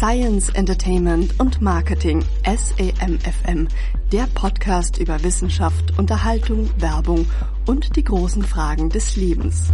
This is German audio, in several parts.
Science, Entertainment und Marketing, SEMFM, der Podcast über Wissenschaft, Unterhaltung, Werbung und die großen Fragen des Lebens.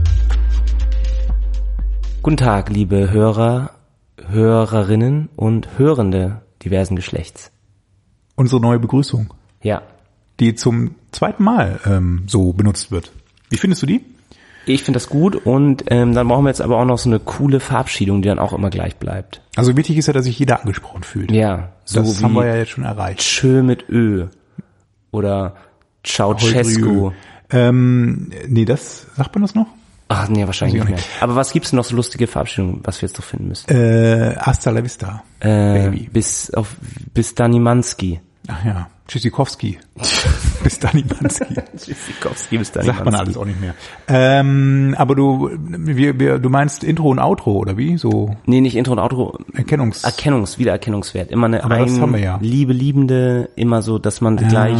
Guten Tag, liebe Hörer, Hörerinnen und Hörende diversen Geschlechts. Unsere neue Begrüßung, Ja, die zum zweiten Mal so benutzt wird. Wie findest du die? ich finde das gut und dann brauchen wir jetzt aber auch noch so eine coole Verabschiedung, die dann auch immer gleich bleibt. Also wichtig ist ja, dass sich jeder angesprochen fühlt. Ja, so das wie haben wir ja jetzt schon erreicht. Tschö mit Ö oder Ceausescu. Nee, sagt man das noch? Ach nee, wahrscheinlich Weiß nicht ich mehr. Aber was gibt's denn noch so lustige Verabschiedungen, was wir jetzt noch finden müssen? Hasta la vista, Baby. Bis Danimanski. Ach ja, Tschüssikowski. Bis Danimanski. Tschüssikowski, bis Danimanski. Sagt man alles auch nicht mehr. Aber du meinst Intro und Outro, oder wie? So Nee, nicht Intro und Outro. Wiedererkennungswert. Immer eine Aber das haben wir ja. Liebende, immer so, dass man gleich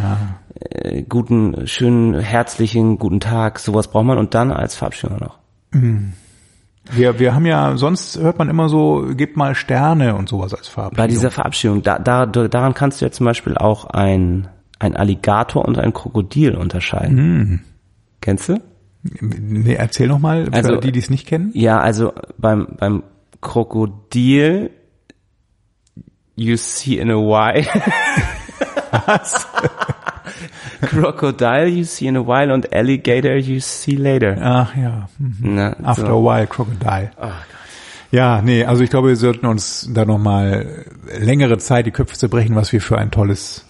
guten, schönen, herzlichen, guten Tag, sowas braucht man und dann als Verabschiedung noch. Wir haben ja, sonst hört man immer so, gebt mal Sterne und sowas als Verabschiedung. Bei dieser Verabschiedung, daran kannst du ja zum Beispiel auch ein Alligator und ein Krokodil unterscheiden. Kennst du? Nee, erzähl noch mal, für Also, die es nicht kennen. Ja, also beim Krokodil, you see in a while. Was? Crocodile you see in a while und Alligator you see later. Ach ja. Na, After a while, Crocodile. Oh Gott. Ja, nee, also ich glaube, wir sollten uns da nochmal längere Zeit die Köpfe zerbrechen, was wir für ein tolles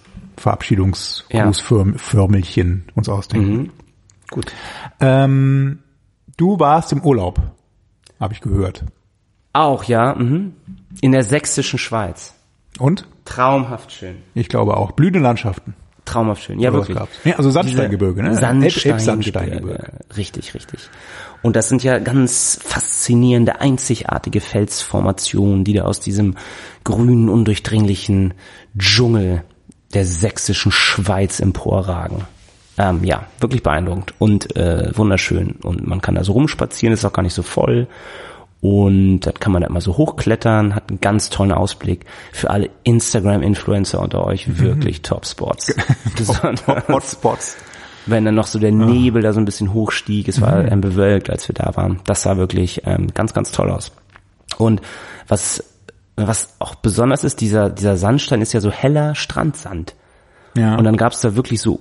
Verabschiedungsgrußförmelchen uns ausdenken. Gut. Du warst im Urlaub, habe ich gehört. Auch, ja. In der sächsischen Schweiz. Und? Traumhaft schön. Ich glaube auch. Blühende Landschaften. Traumhaft schön. Ja, Oder wirklich. was gab's? Ja, also Sandsteingebirge, ne? Sandsteingebirge. Richtig. Und das sind ja ganz faszinierende, einzigartige Felsformationen, die da aus diesem grünen, undurchdringlichen Dschungel der sächsischen Schweiz emporragen. Ja, wirklich beeindruckend und wunderschön. Und man kann da so rumspazieren, ist auch gar nicht so voll. Und dann kann man da immer so hochklettern, hat einen ganz tollen Ausblick. Für alle Instagram-Influencer unter euch wirklich Top-Spots. Hotspots. Wenn dann noch so der Nebel da so ein bisschen hochstieg, es war bewölkt, als wir da waren. Das sah wirklich ganz, ganz toll aus. Und was auch besonders ist, dieser Sandstein ist ja so heller Strandsand. Ja. Und dann gab es da wirklich so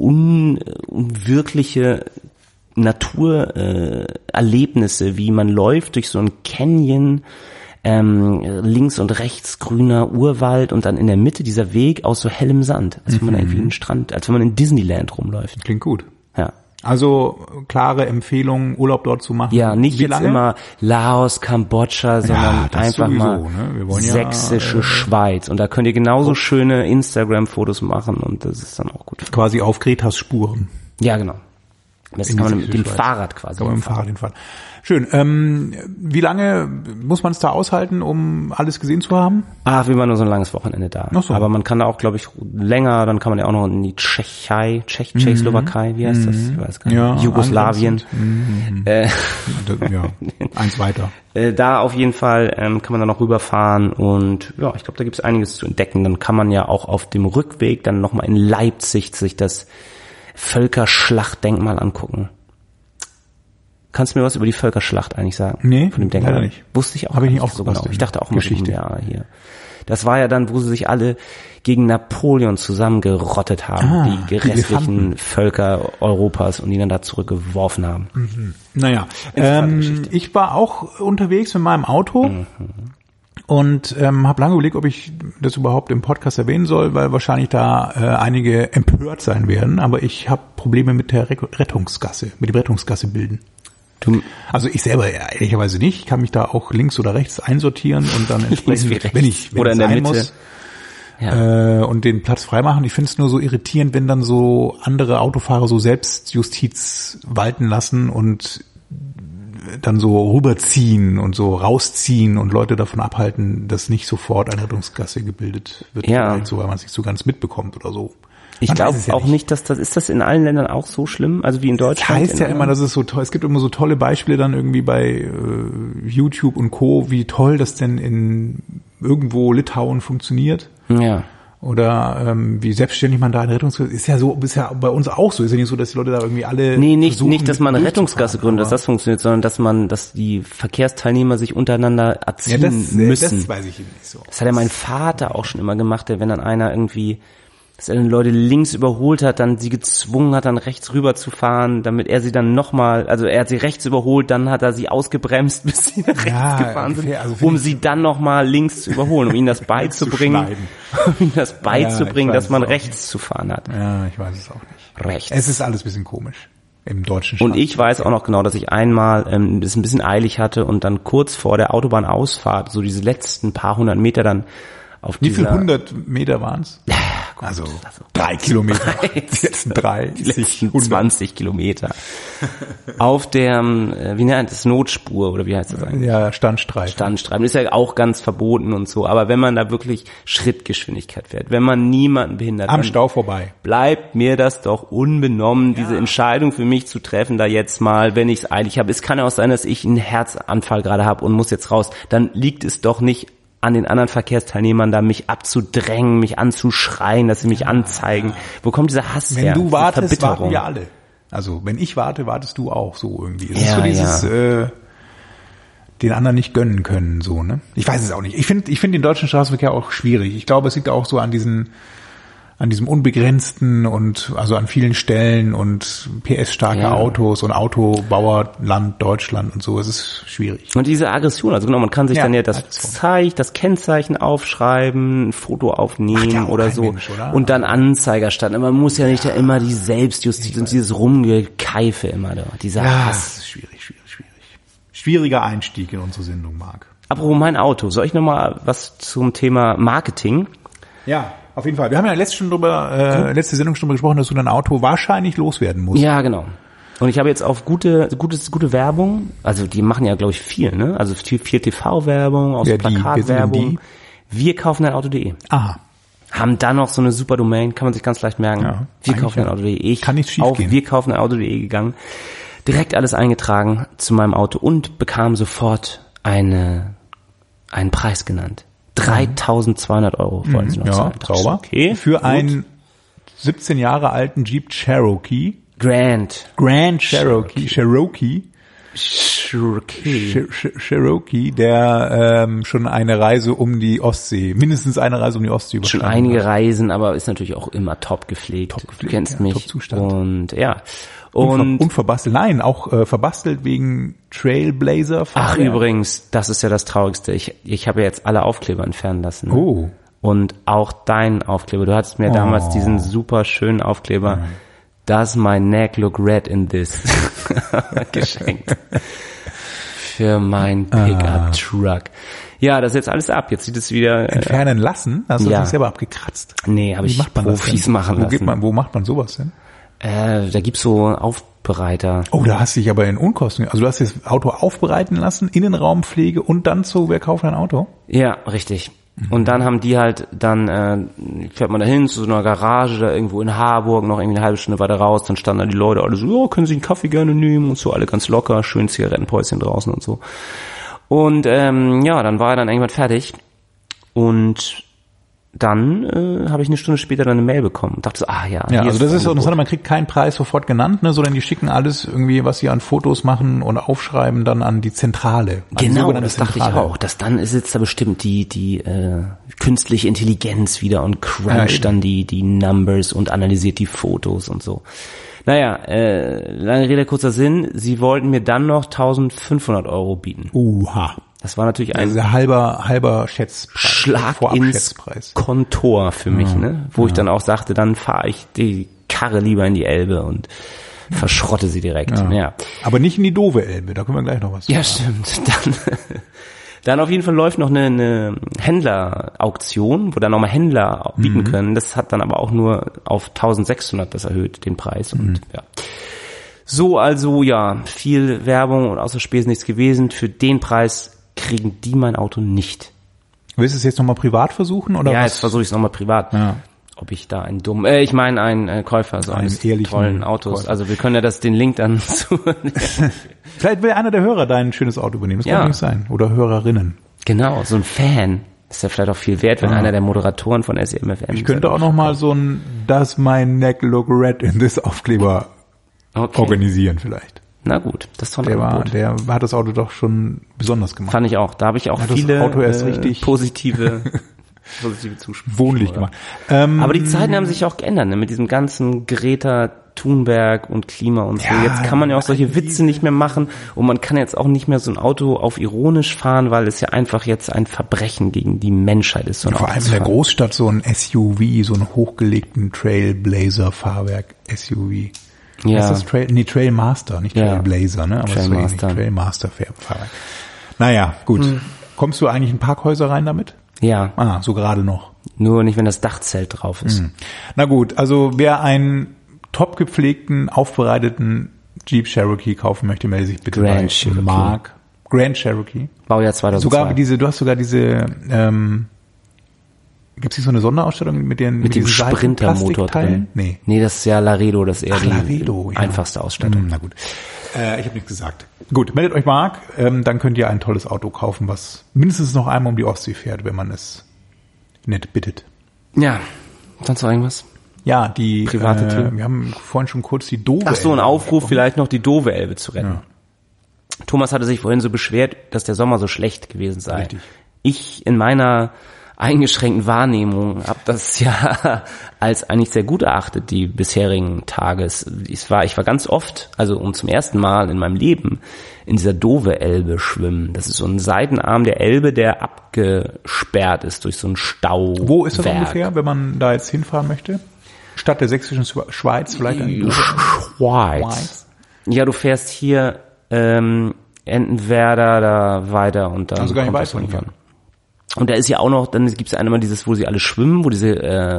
unwirkliche Naturerlebnisse, wie man läuft durch so ein Canyon, links und rechts grüner Urwald und dann in der Mitte dieser Weg aus so hellem Sand, als wenn man irgendwie einen Strand, als wenn man in Disneyland rumläuft. Klingt gut. Ja. Also klare Empfehlung, Urlaub dort zu machen. Ja, nicht Wie jetzt lange? immer Laos, Kambodscha, sondern das einfach sowieso, mal ne? Wir wollen sächsische Schweiz. Und da könnt ihr genauso schöne Instagram-Fotos machen und das ist dann auch gut. Quasi auf Gretas Spuren. Ja, genau. Das In kann man die mit dem Schweiz. Fahrrad quasi. Kann man mit dem Fahrrad hinfahren. Schön. Wie lange muss man es da aushalten, um alles gesehen zu haben? Wir waren nur so ein langes Wochenende da. Ach so. Aber man kann da auch, glaube ich, länger, dann kann man ja auch noch in die Tschechoslowakei, wie heißt das? Ich weiß gar nicht. Ja, Jugoslawien. Ja, eins weiter. Da auf jeden Fall kann man dann noch rüberfahren und ja, ich glaube, da gibt es einiges zu entdecken. Dann kann man ja auch auf dem Rückweg dann nochmal in Leipzig sich das Völkerschlachtdenkmal angucken. Kannst du mir was über die Völkerschlacht eigentlich sagen? Nee, von dem Denkmal? leider nicht. Wusste ich auch Habe ich nicht nicht so aufgepasst genau. in Ich dachte auch mal Geschichte. Ja, hier. Das war ja dann, wo sie sich alle gegen Napoleon zusammengerottet haben, die restlichen Elefanten. Völker Europas und die dann da zurückgeworfen haben. Naja, Interessante Geschichte. ich war auch unterwegs mit meinem Auto und habe lange überlegt, ob ich das überhaupt im Podcast erwähnen soll, weil wahrscheinlich da einige empört sein werden. Aber ich habe Probleme mit der Rettungsgasse, mit dem Rettungsgasse bilden. Also ich selber ehrlicherweise nicht. Ich kann mich da auch links oder rechts einsortieren und dann entsprechend, wenn oder es in der sein Mitte. muss, Ja. und den Platz freimachen. Ich finde es nur so irritierend, wenn dann so andere Autofahrer so Selbstjustiz walten lassen und dann so rüberziehen und so rausziehen und Leute davon abhalten, dass nicht sofort eine Rettungsgasse gebildet wird. Ja. Vielleicht so, weil man es nicht so ganz mitbekommt oder so. Ich Man glaube weiß es ja auch nicht, dass ist das in allen Ländern auch so schlimm? Also wie in Das Deutschland? heißt ja immer, dass es so toll, es gibt immer so tolle Beispiele dann irgendwie bei YouTube und Co., wie toll das denn in irgendwo Litauen funktioniert. Ja. Oder wie selbstständig man da eine Rettungsgasse ist ja bei uns auch so. Ist ja nicht so, dass die Leute da irgendwie alle nicht, dass man eine Rettungsgasse gründet, dass das funktioniert, sondern dass die Verkehrsteilnehmer sich untereinander erziehen müssen. Das weiß ich eben nicht so. Das hat ja mein Vater auch schon immer gemacht, wenn dann einer irgendwie, dass er dann Leute links überholt hat, dann sie gezwungen hat, dann rechts rüber zu fahren, damit er sie dann nochmal, also er hat sie rechts überholt, dann hat er sie ausgebremst, bis sie nach rechts gefahren sind, um sie dann nochmal links zu überholen, um ihnen das beizubringen, dass man rechts zu fahren hat. Ja, ich weiß es auch nicht. Rechts. Es ist alles ein bisschen komisch im deutschen Staat. Und ich weiß auch noch genau, dass ich einmal es ein bisschen eilig hatte und dann kurz vor der Autobahnausfahrt, so diese letzten paar hundert Meter dann auf Wie viel 100 Meter waren's? Ja, also 3 Kilometer. Die letzten 20 Kilometer. Auf der, wie nennt es, Notspur, oder wie heißt das eigentlich? Ja, Standstreifen. Standstreifen. Ist ja auch ganz verboten und so. Aber wenn man da wirklich Schrittgeschwindigkeit fährt, wenn man niemanden behindert. Am Stau vorbei. Bleibt mir das doch unbenommen, diese Entscheidung für mich zu treffen, da jetzt mal, wenn ich es eilig habe. Es kann ja auch sein, dass ich einen Herzanfall gerade habe und muss jetzt raus. Dann liegt es doch nicht an den anderen Verkehrsteilnehmern, da mich abzudrängen, mich anzuschreien, dass sie mich anzeigen. Wo kommt dieser Hass her? Wenn du wartest, warten wir alle. Also wenn ich warte, wartest du auch so irgendwie. Es ist so dieses den anderen nicht gönnen können, so, ne? Ich weiß es auch nicht. Ich finde den deutschen Straßenverkehr auch schwierig. Ich glaube, es liegt auch so an diesem unbegrenzten und also an vielen Stellen und PS-starke Autos und Autobauerland Deutschland und so. Es ist schwierig. Und diese Aggression, also genau, man kann sich dann ja das Kennzeichen aufschreiben, ein Foto aufnehmen oder so Mensch, oder? Und dann Anzeiger starten. Man muss ja nicht da immer die Selbstjustiz und dieses Rumgekeife immer da. Dieser Hass. Schwierig. Schwieriger Einstieg in unsere Sendung, Marc. Apropos mein Auto. Soll ich nochmal was zum Thema Marketing? Ja. Auf jeden Fall. Wir haben ja letzte Sendung schon drüber gesprochen, dass du dein Auto wahrscheinlich loswerden musst. Ja, genau. Und ich habe jetzt auf gute Werbung, also die machen ja, glaube ich, viel, ne? Also viel TV-Werbung, aus Plakatwerbung. Wir kaufen dein Auto.de. Aha. Haben dann noch so eine super Domain, kann man sich ganz leicht merken. Ja, wir kaufen dein Auto.de. Kann nichts schief gehen. Wir kaufen dein Auto.de gegangen, direkt alles eingetragen zu meinem Auto und bekam sofort einen Preis genannt. 3.200 € wollen sie noch zahlen. Sauber. Okay. Für einen 17 Jahre alten Jeep Cherokee. Grand Cherokee, der schon eine Reise um die Ostsee, mindestens eine Reise um die Ostsee überstanden hat. Schon einige Reisen, aber ist natürlich auch immer top gepflegt. Du kennst mich. Top-Zustand. Und ja. Und verbastelt, nein, verbastelt wegen Trailblazer. Ach, übrigens, das ist ja das Traurigste. Ich habe ja jetzt alle Aufkleber entfernen lassen. Ne? Oh. Und auch deinen Aufkleber. Du hattest mir damals diesen super schönen Aufkleber, Does my neck look red in this? geschenkt. Für mein Pickup-Truck. Ja, das ist jetzt alles ab. Jetzt sieht es wieder... Entfernen lassen? Hast du das nicht selber abgekratzt? Nee, habe ich Profis machen lassen. Wo macht man sowas denn? Da gibt's so Aufbereiter. Oh, da hast du dich aber in Unkosten. Also du hast das Auto aufbereiten lassen, Innenraumpflege und dann wer kauft ein Auto? Ja, richtig. Und dann haben die halt, fährt man da hin zu so einer Garage da irgendwo in Harburg, noch irgendwie eine halbe Stunde weiter raus, dann standen da die Leute alle so, können Sie einen Kaffee gerne nehmen und so, alle ganz locker, schön Zigarettenpäuschen draußen und so. Und dann war dann irgendwann fertig und dann habe ich eine Stunde später dann eine Mail bekommen und dachte so, Ja, also das ist so interessant, man kriegt keinen Preis sofort genannt, ne, sondern die schicken alles irgendwie, was sie an Fotos machen und aufschreiben, dann an die Zentrale. Genau, das dachte ich auch. Dann sitzt da bestimmt die künstliche Intelligenz wieder und cruncht dann die Numbers und analysiert die Fotos und so. Naja, lange Rede, kurzer Sinn, sie wollten mir dann noch 1.500 € bieten. Uha. Das war natürlich ein halber Schätzpreis. Schlag ins Kontor für mich, ne? Wo ich dann auch sagte, dann fahre ich die Karre lieber in die Elbe und verschrotte sie direkt. Ja. Aber nicht in die doofe Elbe, da können wir gleich noch was sagen. Ja, stimmt. Dann auf jeden Fall läuft noch eine Händler-Auktion, wo dann nochmal Händler bieten können. Das hat dann aber auch nur auf 1.600 das erhöht, den Preis. Und ja. So, also viel Werbung und außer Spesen nichts gewesen. Für den Preis kriegen die mein Auto nicht. Willst du es jetzt nochmal privat versuchen? Oder jetzt versuche ich es nochmal privat. Ja. Ob ich da einen Käufer so eines tollen Autos. Käufer. Also wir können ja den Link dann zu... Vielleicht will einer der Hörer dein schönes Auto übernehmen. Das kann nicht sein. Oder Hörerinnen. Genau, so ein Fan. Das ist ja vielleicht auch viel wert, wenn einer der Moderatoren von SEMFM... Ich könnte auch noch mal so ein Does my neck look red in this Aufkleber organisieren vielleicht. Na gut, das ist doch Der hat das Auto doch schon besonders gemacht. Fand ich auch. Da habe ich auch viele Auto erst richtig positive Zuspruch. Wohnlich gemacht. Aber die Zeiten haben sich auch geändert, ne? Mit diesem ganzen Greta Thunberg und Klima und so. Ja, jetzt kann man ja auch solche Witze nicht mehr machen und man kann jetzt auch nicht mehr so ein Auto auf ironisch fahren, weil es ja einfach jetzt ein Verbrechen gegen die Menschheit ist. So ein Vor allem in der Großstadt so ein SUV, so einen hochgelegten Trailblazer-Fahrwerk-SUV. Ja. Ist das Trailmaster, nicht Trailblazer, ne? Aber Trailmaster. Trailmaster-Fahrwerk. Naja, gut. Kommst du eigentlich in Parkhäuser rein damit? Ja. So gerade noch. Nur nicht, wenn das Dachzelt drauf ist. Na gut, also wer einen top gepflegten, aufbereiteten Jeep Cherokee kaufen möchte, melde sich bitte bei Mark. Grand Cherokee. Baujahr 2002. Du hast sogar diese, gibt's nicht so eine Sonderausstattung mit dem Sprinter-Motor drin? Nee, das ist ja Laredo, das ist eher Laredo, die einfachste Ausstattung. Na gut. Ich habe nichts gesagt. Gut, meldet euch Mark, dann könnt ihr ein tolles Auto kaufen, was mindestens noch einmal um die Ostsee fährt, wenn man es nett bittet. Ja, sonst noch irgendwas? Ja, die private Themen. Wir haben vorhin schon kurz die Dove. Ach so, ein Aufruf, vielleicht noch die Dove Elbe zu retten. Ja. Thomas hatte sich vorhin so beschwert, dass der Sommer so schlecht gewesen sei. Richtig. Ich in meiner eingeschränkten Wahrnehmung habe das ja als eigentlich sehr gut erachtet, die bisherigen Tage. Ich war ganz oft, also zum ersten Mal in meinem Leben, in dieser Dove Elbe schwimmen. Das ist so ein Seitenarm der Elbe, der abgesperrt ist durch so einen Stau. Wo ist das ungefähr, wenn man da jetzt hinfahren möchte? Stadt der sächsischen Schweiz vielleicht? Schweiz. Ja, du fährst hier Entenwerder da weiter und dann also gar nicht kommt weit das irgendwann. Und da ist ja auch noch, dann gibt's ja einmal dieses, wo sie alle schwimmen, wo diese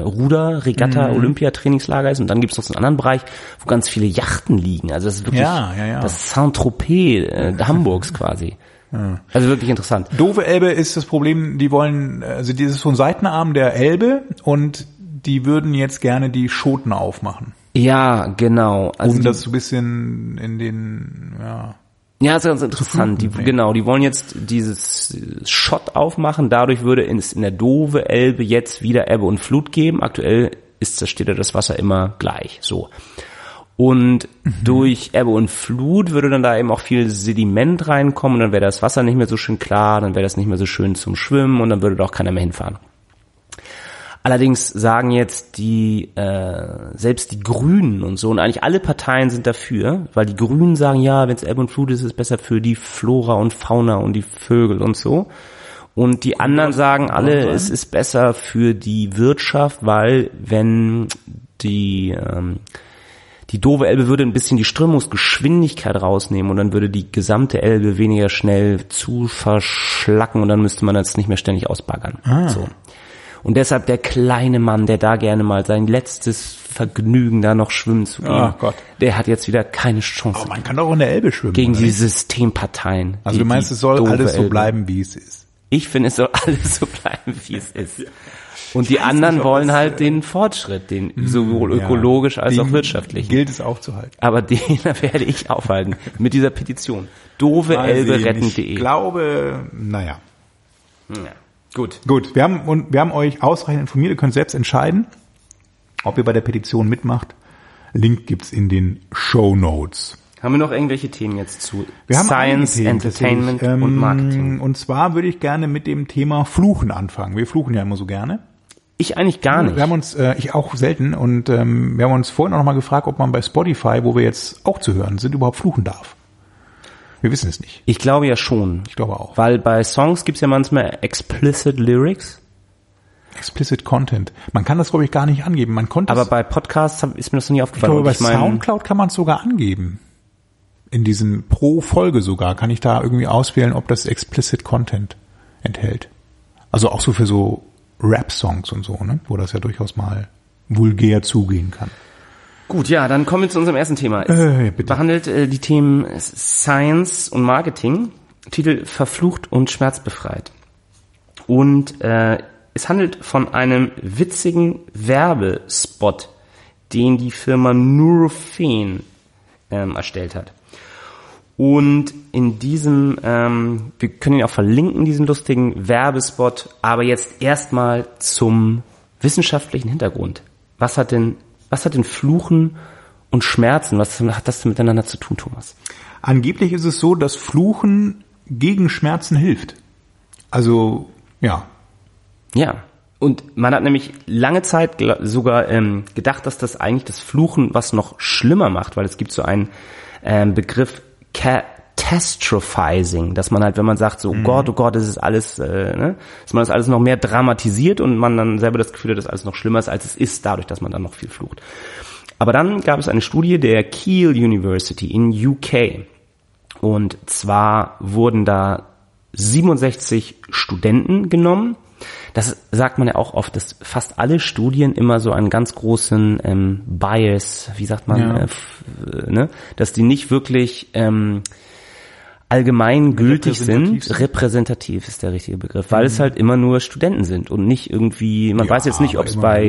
Ruder-Regatta-Olympia-Trainingslager ist und dann gibt's noch so einen anderen Bereich, wo ganz viele Yachten liegen. Also das ist wirklich das Saint-Tropez Hamburgs quasi. Ja. Also wirklich interessant. Dove Elbe ist das Problem, die wollen, also das ist so ein Seitenarm der Elbe und die würden jetzt gerne die Schoten aufmachen. Ja, genau. Also das so ein bisschen in den, Ja, das ist ganz interessant. Die wollen jetzt dieses Schott aufmachen. Dadurch würde es in der Dove Elbe jetzt wieder Ebbe und Flut geben. Aktuell steht ja das Wasser immer gleich, so. Und durch Ebbe und Flut würde dann da eben auch viel Sediment reinkommen und dann wäre das Wasser nicht mehr so schön klar, dann wäre das nicht mehr so schön zum Schwimmen und dann würde da auch keiner mehr hinfahren. Allerdings sagen jetzt selbst die Grünen und so, und eigentlich alle Parteien sind dafür, weil die Grünen sagen, ja, wenn es Ebbe und Flut ist, ist es besser für die Flora und Fauna und die Vögel und so. Und die anderen sagen alle, es ist besser für die Wirtschaft, weil wenn die Dove Elbe würde ein bisschen die Strömungsgeschwindigkeit rausnehmen und dann würde die gesamte Elbe weniger schnell zu verschlacken und dann müsste man das nicht mehr ständig ausbaggern. So. Und deshalb der kleine Mann, der da gerne mal sein letztes Vergnügen da noch schwimmen zu gehen, der hat jetzt wieder keine Chance. Aber man kann doch in der Elbe schwimmen. Gegen die Systemparteien. Also du meinst, es soll alles so bleiben, wie es ist? Ich finde, es soll alles so bleiben, wie es ist. Und die anderen wollen halt den Fortschritt, den sowohl ökologisch als auch wirtschaftlich. Gilt es aufzuhalten. Aber den werde ich aufhalten mit dieser Petition. doveelberetten.de. Ich glaube, Ja. Gut. Wir haben euch ausreichend informiert. Ihr könnt selbst entscheiden, ob ihr bei der Petition mitmacht. Link gibt's in den Shownotes. Haben wir noch irgendwelche Themen jetzt zu Science, Entertainment und Marketing? Und zwar würde ich gerne mit dem Thema Fluchen anfangen. Wir fluchen ja immer so gerne. Ich eigentlich gar nicht. Wir haben uns, ich auch selten, und wir haben uns vorhin auch noch mal gefragt, ob man bei Spotify, wo wir jetzt auch zu hören sind, überhaupt fluchen darf. Wir wissen es nicht. Ich glaube ja schon. Ich glaube auch. Weil bei Songs gibt's ja manchmal explicit Lyrics. Explicit Content. Man kann das, glaube ich, gar nicht angeben. Man konnte aber bei Podcasts ist mir das noch nie aufgefallen. Ich glaube, bei Soundcloud kann man es sogar angeben. In diesem pro Folge sogar kann ich da irgendwie auswählen, ob das Explicit Content enthält. Also auch so für so Rap-Songs und so, ne? Wo das ja durchaus mal vulgär zugehen kann. Gut, ja, dann kommen wir zu unserem ersten Thema. Es behandelt die Themen Science und Marketing. Titel Verflucht und schmerzbefreit. Und es handelt von einem witzigen Werbespot, den die Firma Nurofen erstellt hat. Und in diesem, wir können ihn auch verlinken, diesen lustigen Werbespot, aber jetzt erstmal zum wissenschaftlichen Hintergrund. Was hat denn Fluchen und Schmerzen, was hat das miteinander zu tun, Thomas? Angeblich ist es so, dass Fluchen gegen Schmerzen hilft. Also, ja. Ja, und man hat nämlich lange Zeit sogar gedacht, dass das eigentlich das Fluchen was noch schlimmer macht, weil es gibt so einen Begriff Catastrophizing, dass man halt, wenn man sagt so, oh Gott, das ist alles, dass man das alles noch mehr dramatisiert und man dann selber das Gefühl hat, dass alles noch schlimmer ist, als es ist, dadurch, dass man dann noch viel flucht. Aber dann gab es eine Studie der Keele University in UK und zwar wurden da 67 Studenten genommen. Das sagt man ja auch oft, dass fast alle Studien immer so einen ganz großen Bias, wie sagt man, dass die nicht wirklich allgemein gültig sind. Repräsentativ ist der richtige Begriff, weil es halt immer nur Studenten sind und nicht irgendwie, man weiß jetzt nicht, ob es bei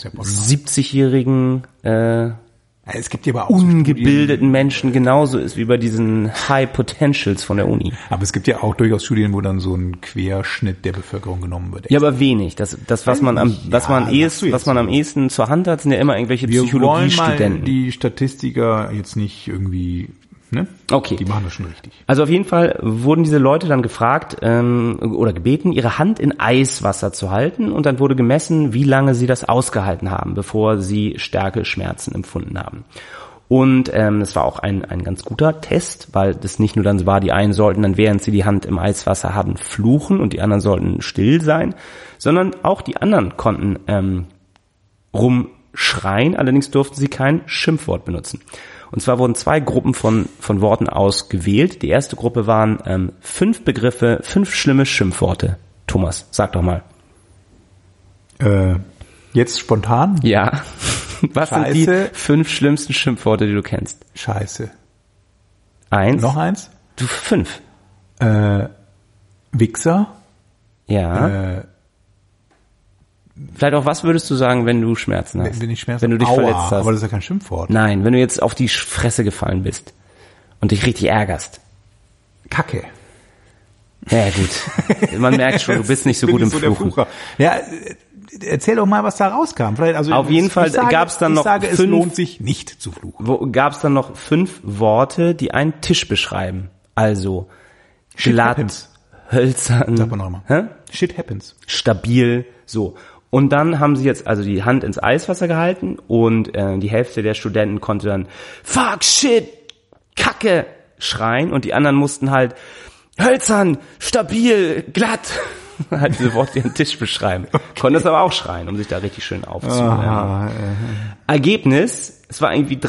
70-jährigen es gibt ja aber auch ungebildeten Menschen genauso ist wie bei diesen High Potentials von der Uni. Aber es gibt ja auch durchaus Studien, wo dann so ein Querschnitt der Bevölkerung genommen wird. Ja, aber wenig. Das was man am ehesten zur Hand hat, sind ja immer irgendwelche Psychologiestudenten. Wir wollen mal die Statistiker jetzt nicht irgendwie, ne? Okay. Die machen das schon richtig. Also auf jeden Fall wurden diese Leute dann gefragt oder gebeten, ihre Hand in Eiswasser zu halten und dann wurde gemessen, wie lange sie das ausgehalten haben, bevor sie starke Schmerzen empfunden haben. Und es war auch ein ganz guter Test, weil das nicht nur dann war, die einen sollten dann, während sie die Hand im Eiswasser hatten, fluchen und die anderen sollten still sein, sondern auch die anderen konnten rumschreien, allerdings durften sie kein Schimpfwort benutzen. Und zwar wurden 2 Gruppen von Worten ausgewählt. Die erste Gruppe waren 5 Begriffe, 5 schlimme Schimpfworte. Thomas, sag doch mal. Jetzt spontan? Ja. Was Scheiße. sind die 5 schlimmsten Schimpfworte, die du kennst? Scheiße. 1. Noch eins? 5. Wichser? Ja. Vielleicht auch, was würdest du sagen, wenn du Schmerzen hast? Wenn ich Schmerzen wenn du dich verletzt hast. Aber das ist ja kein Schimpfwort. Nein, wenn du jetzt auf die Fresse gefallen bist und dich richtig ärgerst. Kacke. Ja, gut. Man merkt schon, du bist nicht so gut im Fluchen. Ja, erzähl doch mal, was da rauskam. Vielleicht, also auf jeden Fall gab es dann noch es lohnt sich nicht zu fluchen. Gab es dann noch 5 Worte, die einen Tisch beschreiben. Also glatt, hölzern. Sag mal nochmal. Shit happens. Stabil, so. Und dann haben sie jetzt also die Hand ins Eiswasser gehalten und die Hälfte der Studenten konnte dann Fuck, Shit, Kacke schreien und die anderen mussten halt hölzern, stabil, glatt halt diese Worte, die den Tisch beschreiben. Konnten das aber auch schreien, um sich da richtig schön aufzuwärmen. Ergebnis, es war irgendwie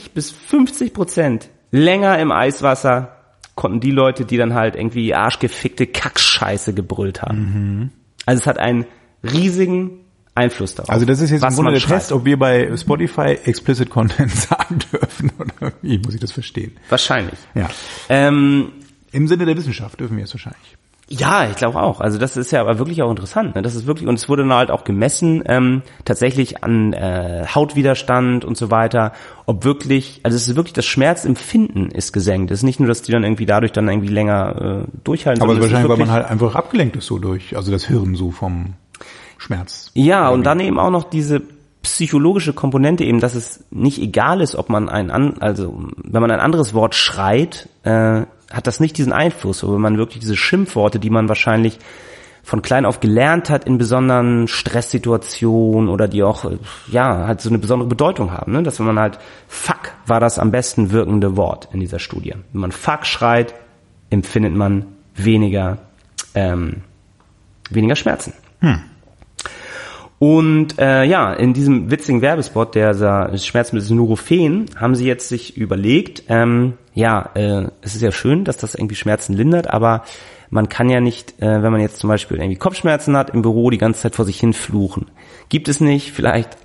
30-50% länger im Eiswasser konnten die Leute, die dann halt irgendwie arschgefickte Kackscheiße gebrüllt haben. Mhm. Also es hat einen riesigen Einfluss darauf. Also das ist jetzt im Grunde der Test, ob wir bei Spotify Explicit Content sagen dürfen oder wie muss ich das verstehen? Wahrscheinlich. Ja. Im Sinne der Wissenschaft dürfen wir es wahrscheinlich. Ja, ich glaube auch. Also das ist ja aber wirklich auch interessant. Ne? Das ist wirklich, und es wurde dann halt auch gemessen, tatsächlich an Hautwiderstand und so weiter, ob wirklich, also es ist wirklich, das Schmerzempfinden ist gesenkt. Es ist nicht nur, dass die dann irgendwie dadurch dann irgendwie länger durchhalten. Aber wahrscheinlich, weil man halt einfach abgelenkt ist so durch, also das Hirn so vom Schmerz. Ja, und dann eben auch noch diese psychologische Komponente eben, dass es nicht egal ist, ob man wenn man ein anderes Wort schreit, hat das nicht diesen Einfluss, aber wenn man wirklich diese Schimpfworte, die man wahrscheinlich von klein auf gelernt hat in besonderen Stresssituationen oder die auch, halt so eine besondere Bedeutung haben, ne? Dass wenn man halt, Fuck war das am besten wirkende Wort in dieser Studie. Wenn man Fuck schreit, empfindet man weniger Schmerzen. Und in diesem witzigen Werbespot, der Schmerzmittel Nurofen, haben sie jetzt sich überlegt, es ist ja schön, dass das irgendwie Schmerzen lindert, aber man kann ja nicht, wenn man jetzt zum Beispiel irgendwie Kopfschmerzen hat, im Büro die ganze Zeit vor sich hin fluchen. Gibt es nicht vielleicht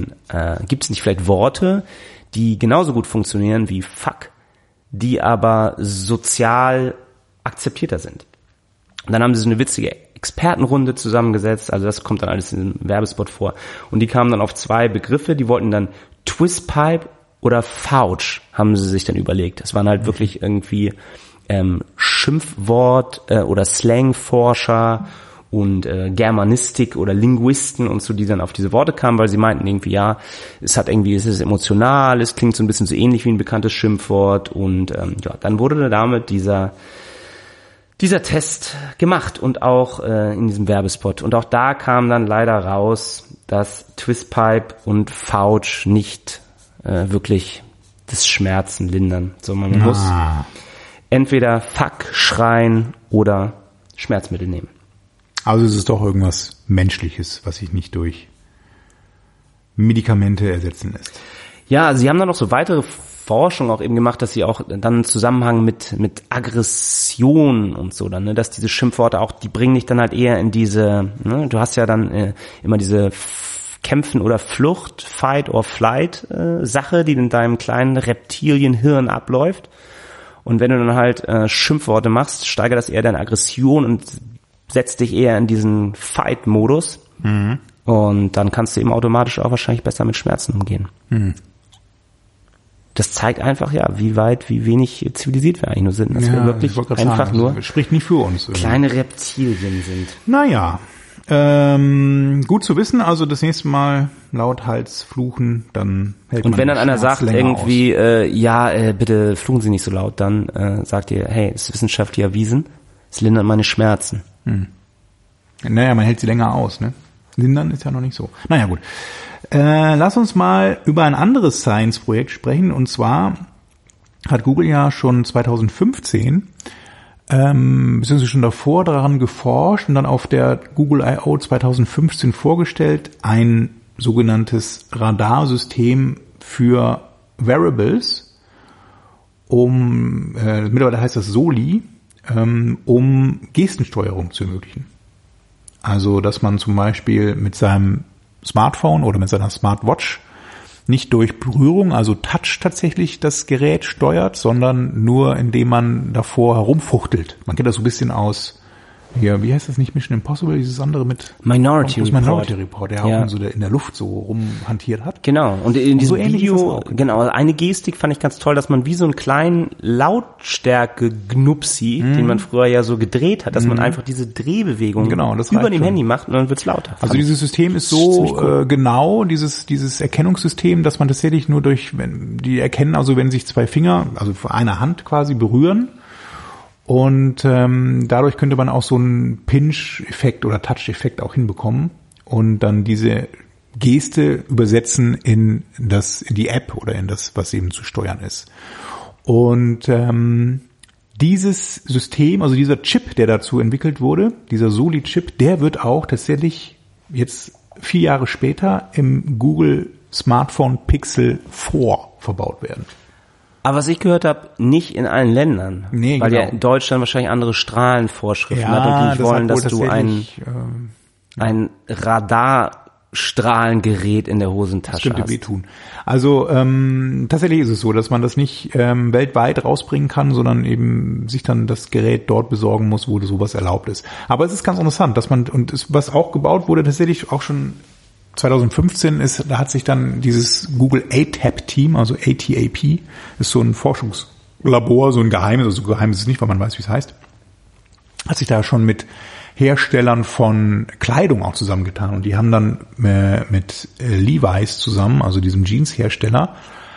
Worte, die genauso gut funktionieren wie Fuck, die aber sozial akzeptierter sind? Und dann haben sie so eine witzige Expertenrunde zusammengesetzt, also das kommt dann alles in dem Werbespot vor. Und die kamen dann auf 2 Begriffe, die wollten dann Twistpipe oder Fouch haben sie sich dann überlegt. Das waren halt wirklich irgendwie Schimpfwort oder Slangforscher und Germanistik oder Linguisten und so, die dann auf diese Worte kamen, weil sie meinten irgendwie, ja, es ist emotional, es klingt so ein bisschen so ähnlich wie ein bekanntes Schimpfwort und dann wurde damit dieser Test gemacht und auch in diesem Werbespot. Und auch da kam dann leider raus, dass Twistpipe und Fouch nicht wirklich das Schmerzen lindern, sondern man muss entweder Fuck schreien oder Schmerzmittel nehmen. Also es ist doch irgendwas Menschliches, was sich nicht durch Medikamente ersetzen lässt. Ja, sie haben dann noch so weitere Forschung auch eben gemacht, dass sie auch dann einen Zusammenhang mit Aggression und so dann, ne, dass diese Schimpfworte auch, die bringen dich dann halt eher in diese, ne, du hast ja dann immer diese Kämpfen oder Flucht, Fight or Flight Sache, die in deinem kleinen Reptilienhirn abläuft. Und wenn du dann halt Schimpfworte machst, steigert das eher deine Aggression und setzt dich eher in diesen Fight-Modus. Mhm. Und dann kannst du eben automatisch auch wahrscheinlich besser mit Schmerzen umgehen. Mhm. Das zeigt einfach, ja, wie wenig zivilisiert wir eigentlich nur sind. Dass wir wirklich einfach nur spricht nicht für uns. Kleine Reptilien sind. Naja, gut zu wissen. Also das nächste Mal lauthals fluchen, dann hält man. Und wenn dann einer sagt irgendwie, bitte fluchen Sie nicht so laut, dann sagt ihr, hey, es ist wissenschaftlich erwiesen, es lindert meine Schmerzen. Naja, man hält sie länger aus, ne? Lindern ist ja noch nicht so. Naja, gut. Lass uns mal über ein anderes Science-Projekt sprechen. Und zwar hat Google ja schon 2015, beziehungsweise schon davor daran geforscht und dann auf der Google I.O. 2015 vorgestellt, ein sogenanntes Radarsystem für Wearables, mittlerweile heißt das Soli, um Gestensteuerung zu ermöglichen. Also, dass man zum Beispiel mit seinem Smartphone oder mit seiner Smartwatch nicht durch Berührung, also Touch tatsächlich das Gerät steuert, sondern nur indem man davor herumfuchtelt. Man kennt das so ein bisschen aus, hier, wie heißt das nicht, Mission Impossible, dieses andere mit Minority Report, der auch so in der Luft so rumhantiert hat. Genau, und in diesem Video, genau, eine Gestik fand ich ganz toll, dass man wie so einen kleinen Lautstärke-Gnupsi, den man früher ja so gedreht hat, dass man einfach diese Drehbewegung über dem Handy macht und dann wird's lauter. Also dieses System ist so genau, dieses Erkennungssystem, dass man tatsächlich nur wenn sich zwei Finger, also eine Hand quasi berühren, und dadurch könnte man auch so einen Pinch-Effekt oder Touch-Effekt auch hinbekommen und dann diese Geste übersetzen in die App oder in das, was eben zu steuern ist. Und dieses System, also dieser Chip, der dazu entwickelt wurde, dieser Soli-Chip, der wird auch tatsächlich jetzt 4 Jahre später im Google Smartphone Pixel 4 verbaut werden. Aber was ich gehört habe, nicht in allen Ländern. Nee, weil ja in Deutschland wahrscheinlich andere Strahlenvorschriften hat und die nicht wollen, dass du ein Radarstrahlengerät in der Hosentasche hast. Das könnte wehtun. Also tatsächlich ist es so, dass man das nicht weltweit rausbringen kann, sondern eben sich dann das Gerät dort besorgen muss, wo sowas erlaubt ist. Aber es ist ganz interessant, dass was auch gebaut wurde, tatsächlich auch schon 2015 da hat sich dann dieses Google ATAP-Team, also ATAP, ist so ein Forschungslabor, so ein geheimes, also geheim ist es nicht, weil man weiß, wie es heißt, hat sich da schon mit Herstellern von Kleidung auch zusammengetan und die haben dann mit Levi's zusammen, also diesem Jeans-Hersteller,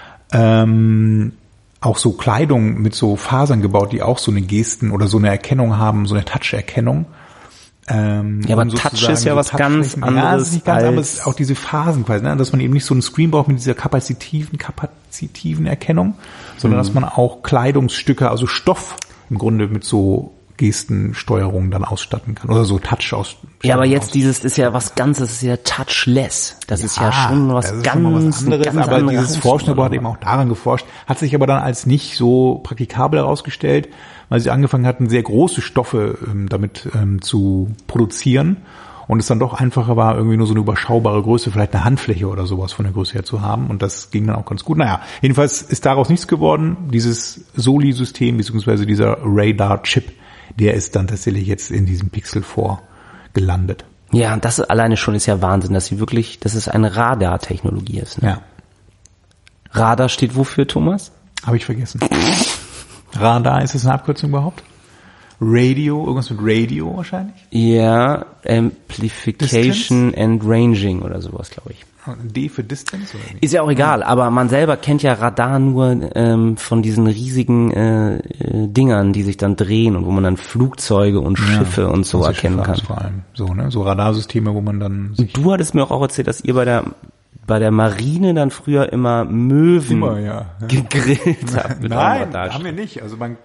auch so Kleidung mit so Fasern gebaut, die auch so eine Gesten oder so eine Erkennung haben, so eine Touch-Erkennung. Aber Touch ist ja was ganz anderes. Ja, das ist nicht ganz, aber es ist auch diese Phasen quasi, ne? Dass man eben nicht so einen Screen braucht mit dieser kapazitiven Erkennung, sondern dass man auch Kleidungsstücke, also Stoff im Grunde mit so Gestensteuerung dann ausstatten kann oder so Touch aus. Ja, aber jetzt dieses ist ja was Ganzes, das ist ja touchless. Das ist ja schon was ganz anderes. Aber dieses Forschungslabor hat eben auch daran geforscht, hat sich aber dann als nicht so praktikabel herausgestellt, weil sie angefangen hatten, sehr große Stoffe damit zu produzieren und es dann doch einfacher war, irgendwie nur so eine überschaubare Größe, vielleicht eine Handfläche oder sowas von der Größe her zu haben und das ging dann auch ganz gut. Naja, jedenfalls ist daraus nichts geworden. Dieses Soli-System bzw. dieser Radar-Chip, der ist dann tatsächlich jetzt in diesem Pixel 4 gelandet. Ja, das alleine schon ist ja Wahnsinn, dass es eine Radartechnologie ist. Ne? Ja. Radar steht wofür, Thomas? Habe ich vergessen. Radar, ist das eine Abkürzung überhaupt? Radio, irgendwas mit Radio wahrscheinlich? Ja, Amplification and Ranging oder sowas, glaube ich. D für Distance oder nicht? Ist ja auch egal, aber man selber kennt ja Radar nur von diesen riesigen Dingern, die sich dann drehen und wo man dann Flugzeuge und Schiffe und so erkennen kann. Vor allem so, ne? So Radarsysteme, wo man dann... Und du hattest mir auch erzählt, dass ihr bei der Marine dann früher immer Möwen gegrillt habt. Nein, haben wir nicht. Also man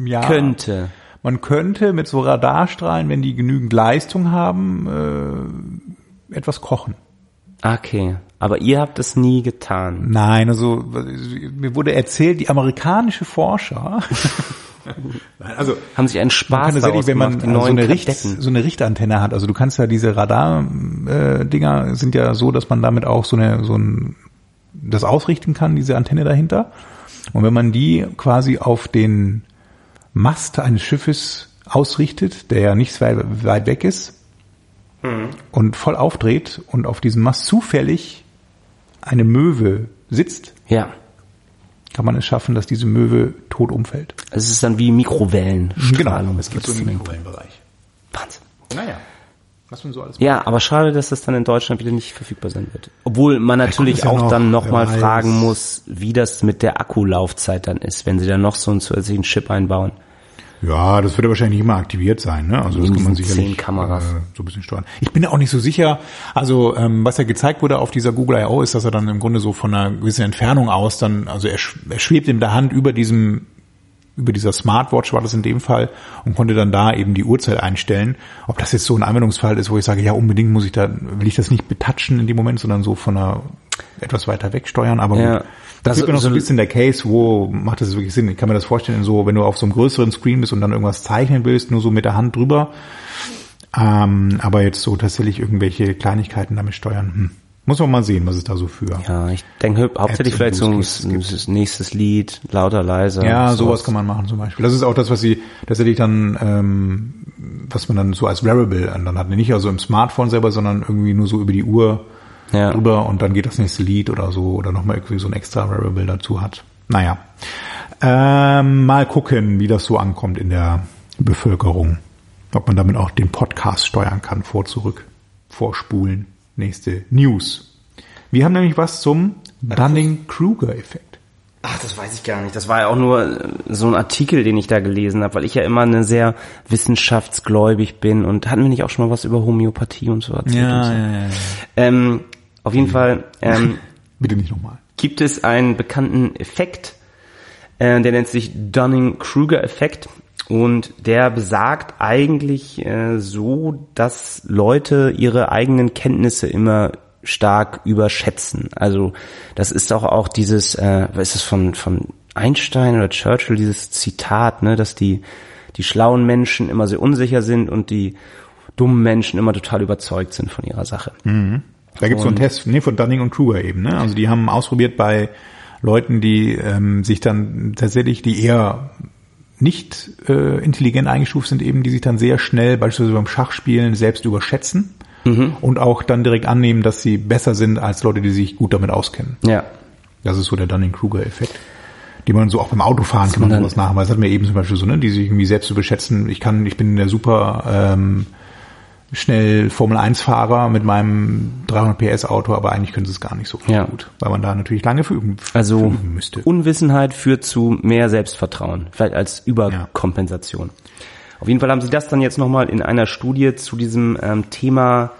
könnte mit so Radarstrahlen, wenn die genügend Leistung haben, etwas kochen. Okay, aber ihr habt es nie getan. Nein, also mir wurde erzählt, die amerikanische Forscher also haben sich einen Spaß daraus gemacht, wenn man so eine Richtantenne hat. Also du kannst ja diese Radar-Dinger sind ja so, dass man damit auch das ausrichten kann, diese Antenne dahinter. Und wenn man die quasi auf den Mast eines Schiffes ausrichtet, der ja nicht weit weg ist, und voll aufdreht und auf diesem Mast zufällig eine Möwe sitzt, kann man es schaffen, dass diese Möwe tot umfällt. Es ist dann wie Mikrowellenstrahlung. Genau, es gibt so einen Mikrowellenbereich. Wahnsinn. Naja, was man so alles macht. Aber schade, dass das dann in Deutschland wieder nicht verfügbar sein wird. Obwohl man natürlich auch dann nochmal fragen muss, wie das mit der Akkulaufzeit dann ist, wenn sie dann noch so einen zusätzlichen Chip einbauen. Ja, das wird ja wahrscheinlich nicht immer aktiviert sein, ne? Also das kann man sicherlich 10 Kameras. So ein bisschen steuern. Ich bin ja auch nicht so sicher, also was ja gezeigt wurde auf dieser Google I.O. ist, dass er dann im Grunde so von einer gewissen Entfernung aus dann, also er schwebt in der Hand über dieser Smartwatch war das in dem Fall und konnte dann da eben die Uhrzeit einstellen. Ob das jetzt so ein Anwendungsfall ist, wo ich sage, ja unbedingt will ich das nicht betatschen in dem Moment, sondern so von einer etwas weiter weg steuern, aber gut. Das ist noch so ein bisschen der Case, wo macht das wirklich Sinn? Ich kann mir das vorstellen, so wenn du auf so einem größeren Screen bist und dann irgendwas zeichnen willst, nur so mit der Hand drüber. Aber jetzt so tatsächlich irgendwelche Kleinigkeiten damit steuern. Muss man mal sehen, was es da so für. Ja, ich denke hauptsächlich vielleicht so das nächstes Lied, lauter, leiser. Ja, sowas kann man machen zum Beispiel. Das ist auch das, was sie tatsächlich dann, was man dann so als Wearable dann hat. Nicht also im Smartphone selber, sondern irgendwie nur so über die Uhr drüber und dann geht das nächste Lied oder so oder nochmal irgendwie so ein extra Wearable dazu hat. Naja, mal gucken, wie das so ankommt in der Bevölkerung. Ob man damit auch den Podcast steuern kann, vor, zurück, vorspulen. Nächste News. Wir haben nämlich was zum Dunning-Kruger-Effekt. Ach, das weiß ich gar nicht. Das war ja auch nur so ein Artikel, den ich da gelesen habe, weil ich ja immer eine sehr wissenschaftsgläubig bin und hatten wir nicht auch schon mal was über Homöopathie und so erzählt? Ja. Auf jeden Fall bitte nicht nochmal. Gibt es einen bekannten Effekt, der nennt sich Dunning-Kruger-Effekt und der besagt eigentlich so, dass Leute ihre eigenen Kenntnisse immer stark überschätzen. Also das ist auch dieses, was ist das von Einstein oder Churchill, dieses Zitat, ne, dass die schlauen Menschen immer sehr unsicher sind und die dummen Menschen immer total überzeugt sind von ihrer Sache. Mhm. Da gibt es so einen Test von Dunning und Kruger eben, ne? Also die haben ausprobiert bei Leuten, die sich dann tatsächlich, die eher nicht intelligent eingestuft sind, eben die sich dann sehr schnell beispielsweise beim Schachspielen selbst überschätzen und auch dann direkt annehmen, dass sie besser sind als Leute, die sich gut damit auskennen. Ja. Das ist so der Dunning-Kruger-Effekt, den man so auch beim Autofahren kann man sowas nachweisen. Das hat mir eben zum Beispiel so, ne, die sich irgendwie selbst überschätzen. Ich bin der super schnell Formel-1-Fahrer mit meinem 300 PS Auto, aber eigentlich können sie es gar nicht so gut, weil man da natürlich lange üben müsste. Unwissenheit führt zu mehr Selbstvertrauen, vielleicht als Überkompensation. Ja. Auf jeden Fall haben sie das dann jetzt nochmal in einer Studie zu diesem Thema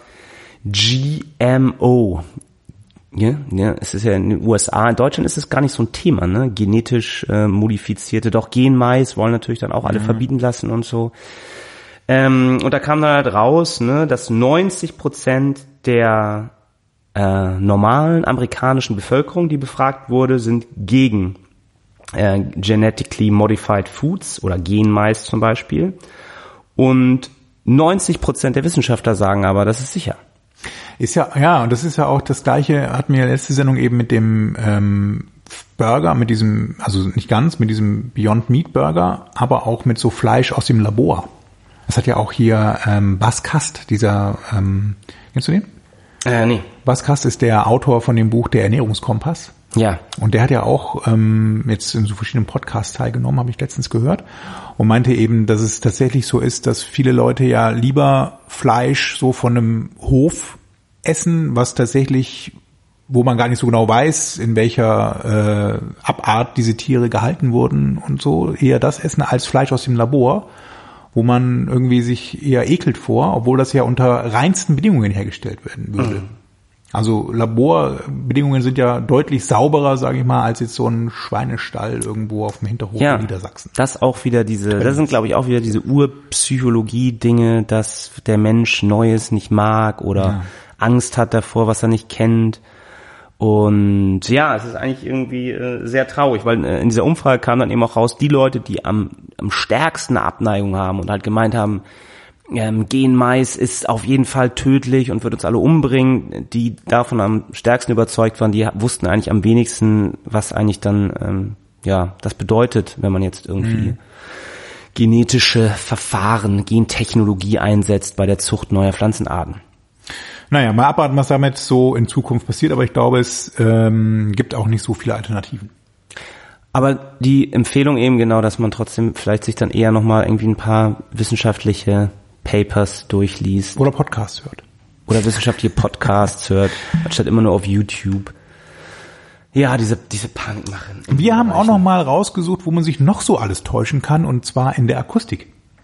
GMO. Ja, es ist ja in den USA, in Deutschland ist es gar nicht so ein Thema, ne? Genetisch modifizierte, doch Genmais wollen natürlich dann auch alle verbieten lassen und so. Und da kam dann halt raus, ne, dass 90% der normalen amerikanischen Bevölkerung, die befragt wurde, sind gegen genetically modified foods oder Genmais zum Beispiel. Und 90% der Wissenschaftler sagen aber, das ist sicher. Ist ja, und das ist ja auch das Gleiche, hatten wir letzte Sendung eben mit dem Burger, mit diesem, also nicht ganz, mit diesem Beyond Meat Burger, aber auch mit so Fleisch aus dem Labor. Das hat ja auch hier Bas Kast, dieser, kennst du den? Nee. Bas Kast ist der Autor von dem Buch Der Ernährungskompass. Ja. Und der hat ja auch jetzt in so verschiedenen Podcasts teilgenommen, habe ich letztens gehört, und meinte eben, dass es tatsächlich so ist, dass viele Leute ja lieber Fleisch so von einem Hof essen, was tatsächlich, wo man gar nicht so genau weiß, in welcher Abart diese Tiere gehalten wurden und so, eher das essen als Fleisch aus dem Labor, wo man irgendwie sich eher ekelt vor, obwohl das ja unter reinsten Bedingungen hergestellt werden würde. Mhm. Also Laborbedingungen sind ja deutlich sauberer, sage ich mal, als jetzt so ein Schweinestall irgendwo auf dem Hinterhof in Niedersachsen. Das auch wieder das sind, glaube ich, auch wieder diese Urpsychologie-Dinge, dass der Mensch Neues nicht mag oder Angst hat davor, was er nicht kennt. Und ja, es ist eigentlich irgendwie sehr traurig, weil in dieser Umfrage kam dann eben auch raus, die Leute, die am stärksten eine Abneigung haben und halt gemeint haben, Genmais ist auf jeden Fall tödlich und wird uns alle umbringen, die davon am stärksten überzeugt waren, die wussten eigentlich am wenigsten, was eigentlich dann das bedeutet, wenn man jetzt irgendwie genetische Verfahren, Gentechnologie einsetzt bei der Zucht neuer Pflanzenarten. Naja, mal abwarten, was damit so in Zukunft passiert, aber ich glaube, es gibt auch nicht so viele Alternativen. Aber die Empfehlung eben genau, dass man trotzdem vielleicht sich dann eher nochmal irgendwie ein paar wissenschaftliche Papers durchliest. Oder Podcasts hört. Oder wissenschaftliche Podcasts hört, anstatt immer nur auf YouTube. Ja, diese Panikmache. Wir haben auch noch mal rausgesucht, wo man sich noch so alles täuschen kann, und zwar in der Akustik.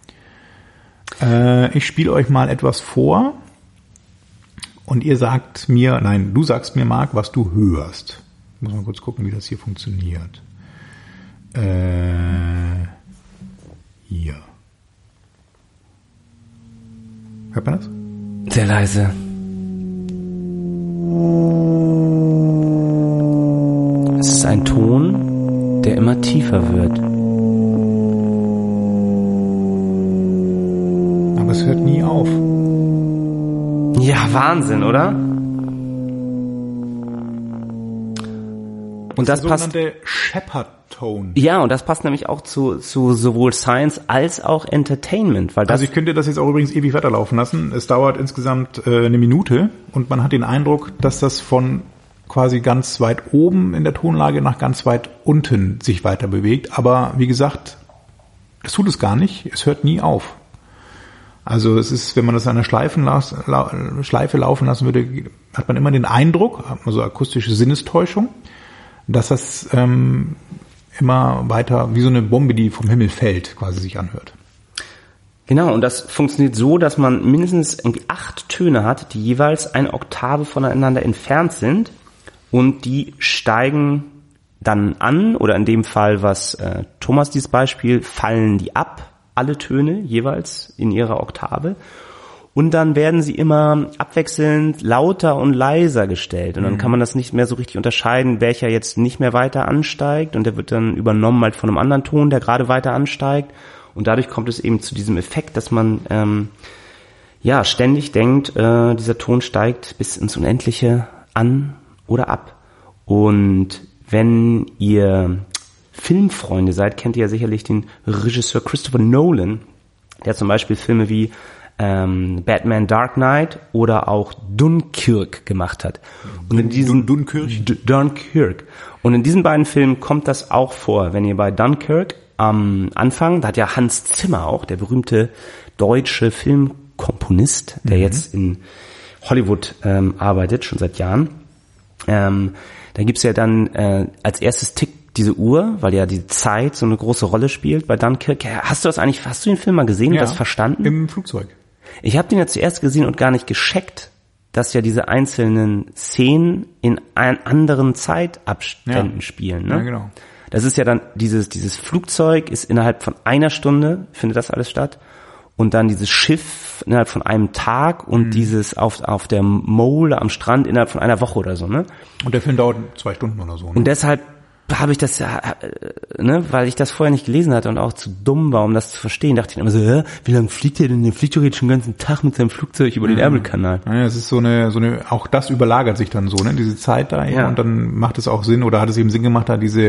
Ich spiele euch mal etwas vor und du sagst mir, Marc, was du hörst. Ich muss mal kurz gucken, wie das hier funktioniert. Hier. Hört man das? Sehr leise. Es ist ein Ton, der immer tiefer wird. Aber es hört nie auf. Ja, Wahnsinn, oder? Und das passt. Der sogenannte Shepard-Tone. Ja, und das passt nämlich auch zu sowohl Science als auch Entertainment, weil das. Also ich könnte das jetzt auch übrigens ewig weiterlaufen lassen. Es dauert insgesamt eine Minute und man hat den Eindruck, dass das von quasi ganz weit oben in der Tonlage nach ganz weit unten sich weiter bewegt. Aber wie gesagt, es tut es gar nicht. Es hört nie auf. Also es ist, wenn man das an einer Schleife laufen lassen würde, hat man immer den Eindruck, also akustische Sinnestäuschung, dass das immer weiter wie so eine Bombe, die vom Himmel fällt, quasi sich anhört. Genau, und das funktioniert so, dass man mindestens irgendwie 8 Töne hat, die jeweils eine Oktave voneinander entfernt sind, und die steigen dann an, oder in dem Fall, was Thomas dieses Beispiel, fallen die ab, alle Töne jeweils in ihrer Oktave. Und dann werden sie immer abwechselnd lauter und leiser gestellt. Und dann kann man das nicht mehr so richtig unterscheiden, welcher jetzt nicht mehr weiter ansteigt. Und der wird dann übernommen halt von einem anderen Ton, der gerade weiter ansteigt. Und dadurch kommt es eben zu diesem Effekt, dass man ständig denkt, dieser Ton steigt bis ins Unendliche an oder ab. Und wenn ihr Filmfreunde seid, kennt ihr ja sicherlich den Regisseur Christopher Nolan, der zum Beispiel Filme wie Batman Dark Knight oder auch Dunkirk gemacht hat. Und in diesen Dunkirk. Und in diesen beiden Filmen kommt das auch vor. Wenn ihr bei Dunkirk am Anfang, da hat ja Hans Zimmer auch, der berühmte deutsche Filmkomponist, der jetzt in Hollywood arbeitet, schon seit Jahren. Da gibt's ja dann als erstes tickt diese Uhr, weil ja die Zeit so eine große Rolle spielt bei Dunkirk. Hast du den Film mal gesehen und das verstanden? Im Flugzeug. Ich habe den ja zuerst gesehen und gar nicht gescheckt, dass ja diese einzelnen Szenen in anderen Zeitabständen spielen. Ne? Ja, genau. Das ist ja dann, dieses Flugzeug ist innerhalb von einer Stunde, findet das alles statt. Und dann dieses Schiff innerhalb von einem Tag und dieses auf der Mole am Strand innerhalb von einer Woche oder so, ne? Und der Film dauert 2 Stunden oder so. Ne? Und deshalb habe ich das, weil ich das vorher nicht gelesen hatte und auch zu dumm war, um das zu verstehen, dachte ich immer so, wie lange fliegt der denn? Der fliegt doch jetzt schon den ganzen Tag mit seinem Flugzeug über den Ärmelkanal. Ja, es ist so eine, auch das überlagert sich dann so, ne, diese Zeit da eben, und dann macht es auch Sinn, oder hat es eben Sinn gemacht, da diese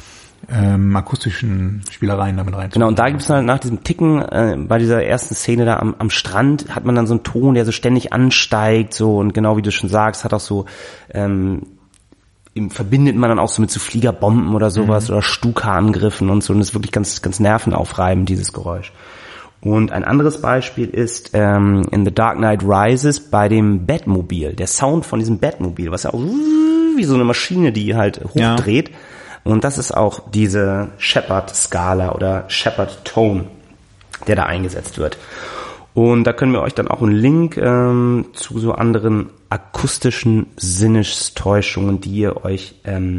akustischen Spielereien damit reinzunehmen. Genau, und da gibt's dann nach diesem Ticken, bei dieser ersten Szene da am Strand, hat man dann so einen Ton, der so ständig ansteigt, so, und genau wie du schon sagst, hat auch so, verbindet man dann auch so mit so Fliegerbomben oder sowas oder Stuka-Angriffen und so. Und das ist wirklich ganz, ganz nervenaufreibend, dieses Geräusch. Und ein anderes Beispiel ist in The Dark Knight Rises bei dem Batmobil. Der Sound von diesem Batmobil, was ja auch wie so eine Maschine, die halt hochdreht. Ja. Und das ist auch diese Shepard-Skala oder Shepard-Tone, der da eingesetzt wird. Und da können wir euch dann auch einen Link zu so anderen akustischen Sinnestäuschungen, die ihr euch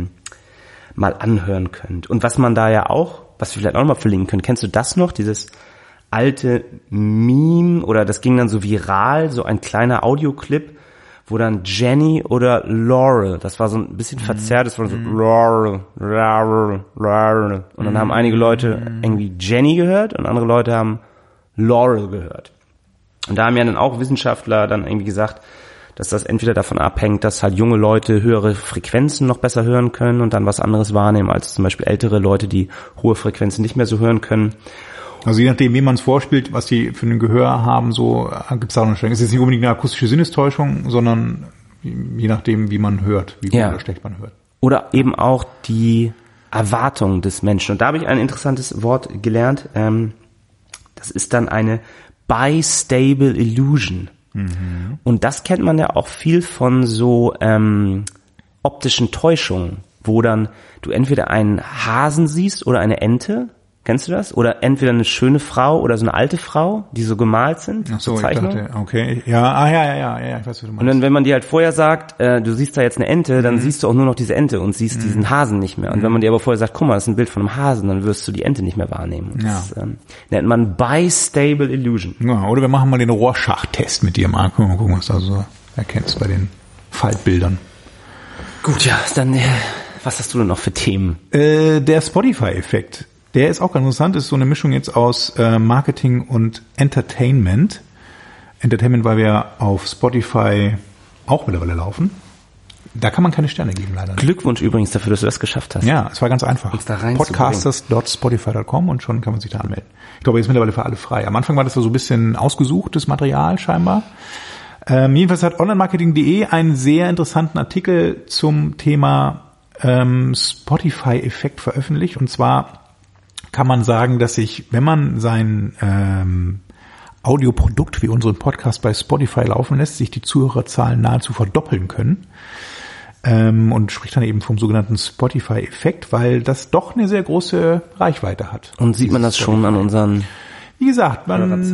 mal anhören könnt. Und was man da ja auch, was wir vielleicht auch noch mal verlinken können, kennst du das noch? Dieses alte Meme, oder das ging dann so viral, so ein kleiner Audioclip, wo dann Jenny oder Laurel, das war so ein bisschen verzerrt, das war so Laurel. Und dann haben einige Leute irgendwie Jenny gehört und andere Leute haben Laurel gehört. Und da haben ja dann auch Wissenschaftler dann irgendwie gesagt, dass das entweder davon abhängt, dass halt junge Leute höhere Frequenzen noch besser hören können und dann was anderes wahrnehmen als zum Beispiel ältere Leute, die hohe Frequenzen nicht mehr so hören können. Also je nachdem, wie man es vorspielt, was die für ein Gehör haben, so gibt es auch eine Stelle. Es ist nicht unbedingt eine akustische Sinnestäuschung, sondern je nachdem, wie man hört, wie gut oder schlecht man hört. Oder eben auch die Erwartung des Menschen. Und da habe ich ein interessantes Wort gelernt. Das ist dann eine Bistable Illusion. Mhm. Und das kennt man ja auch viel von so optischen Täuschungen, wo dann du entweder einen Hasen siehst oder eine Ente. Kennst du das? Oder entweder eine schöne Frau oder so eine alte Frau, die so gemalt sind. Ach so, ich dachte, okay. Ja, ja, ich weiß, was du meinst. Und dann, wenn man dir halt vorher sagt, du siehst da jetzt eine Ente, dann siehst du auch nur noch diese Ente und siehst diesen Hasen nicht mehr. Und wenn man dir aber vorher sagt, guck mal, das ist ein Bild von einem Hasen, dann wirst du die Ente nicht mehr wahrnehmen. Und das nennt man Bistable Illusion. Ja, oder wir machen mal den Rorschach-Test mit dir, Marco. Mal gucken, was du so erkennst bei den Faltbildern. Gut, ja, dann, was hast du denn noch für Themen? Der Spotify-Effekt. Der ist auch ganz interessant, ist so eine Mischung jetzt aus Marketing und Entertainment. Entertainment, weil wir auf Spotify auch mittlerweile laufen. Da kann man keine Sterne geben, leider nicht. Glückwunsch übrigens dafür, dass du das geschafft hast. Ja, es war ganz einfach. Podcasters.spotify.com und schon kann man sich da anmelden. Ich glaube, jetzt mittlerweile für alle frei. Am Anfang war das so ein bisschen ausgesuchtes Material scheinbar. Jedenfalls hat onlinemarketing.de einen sehr interessanten Artikel zum Thema Spotify-Effekt veröffentlicht. Und zwar kann man sagen, dass sich, wenn man sein Audioprodukt wie unseren Podcast bei Spotify laufen lässt, sich die Zuhörerzahlen nahezu verdoppeln können. Und spricht dann eben vom sogenannten Spotify-Effekt, weil das doch eine sehr große Reichweite hat. Und sieht man das schon an unseren... Wie gesagt,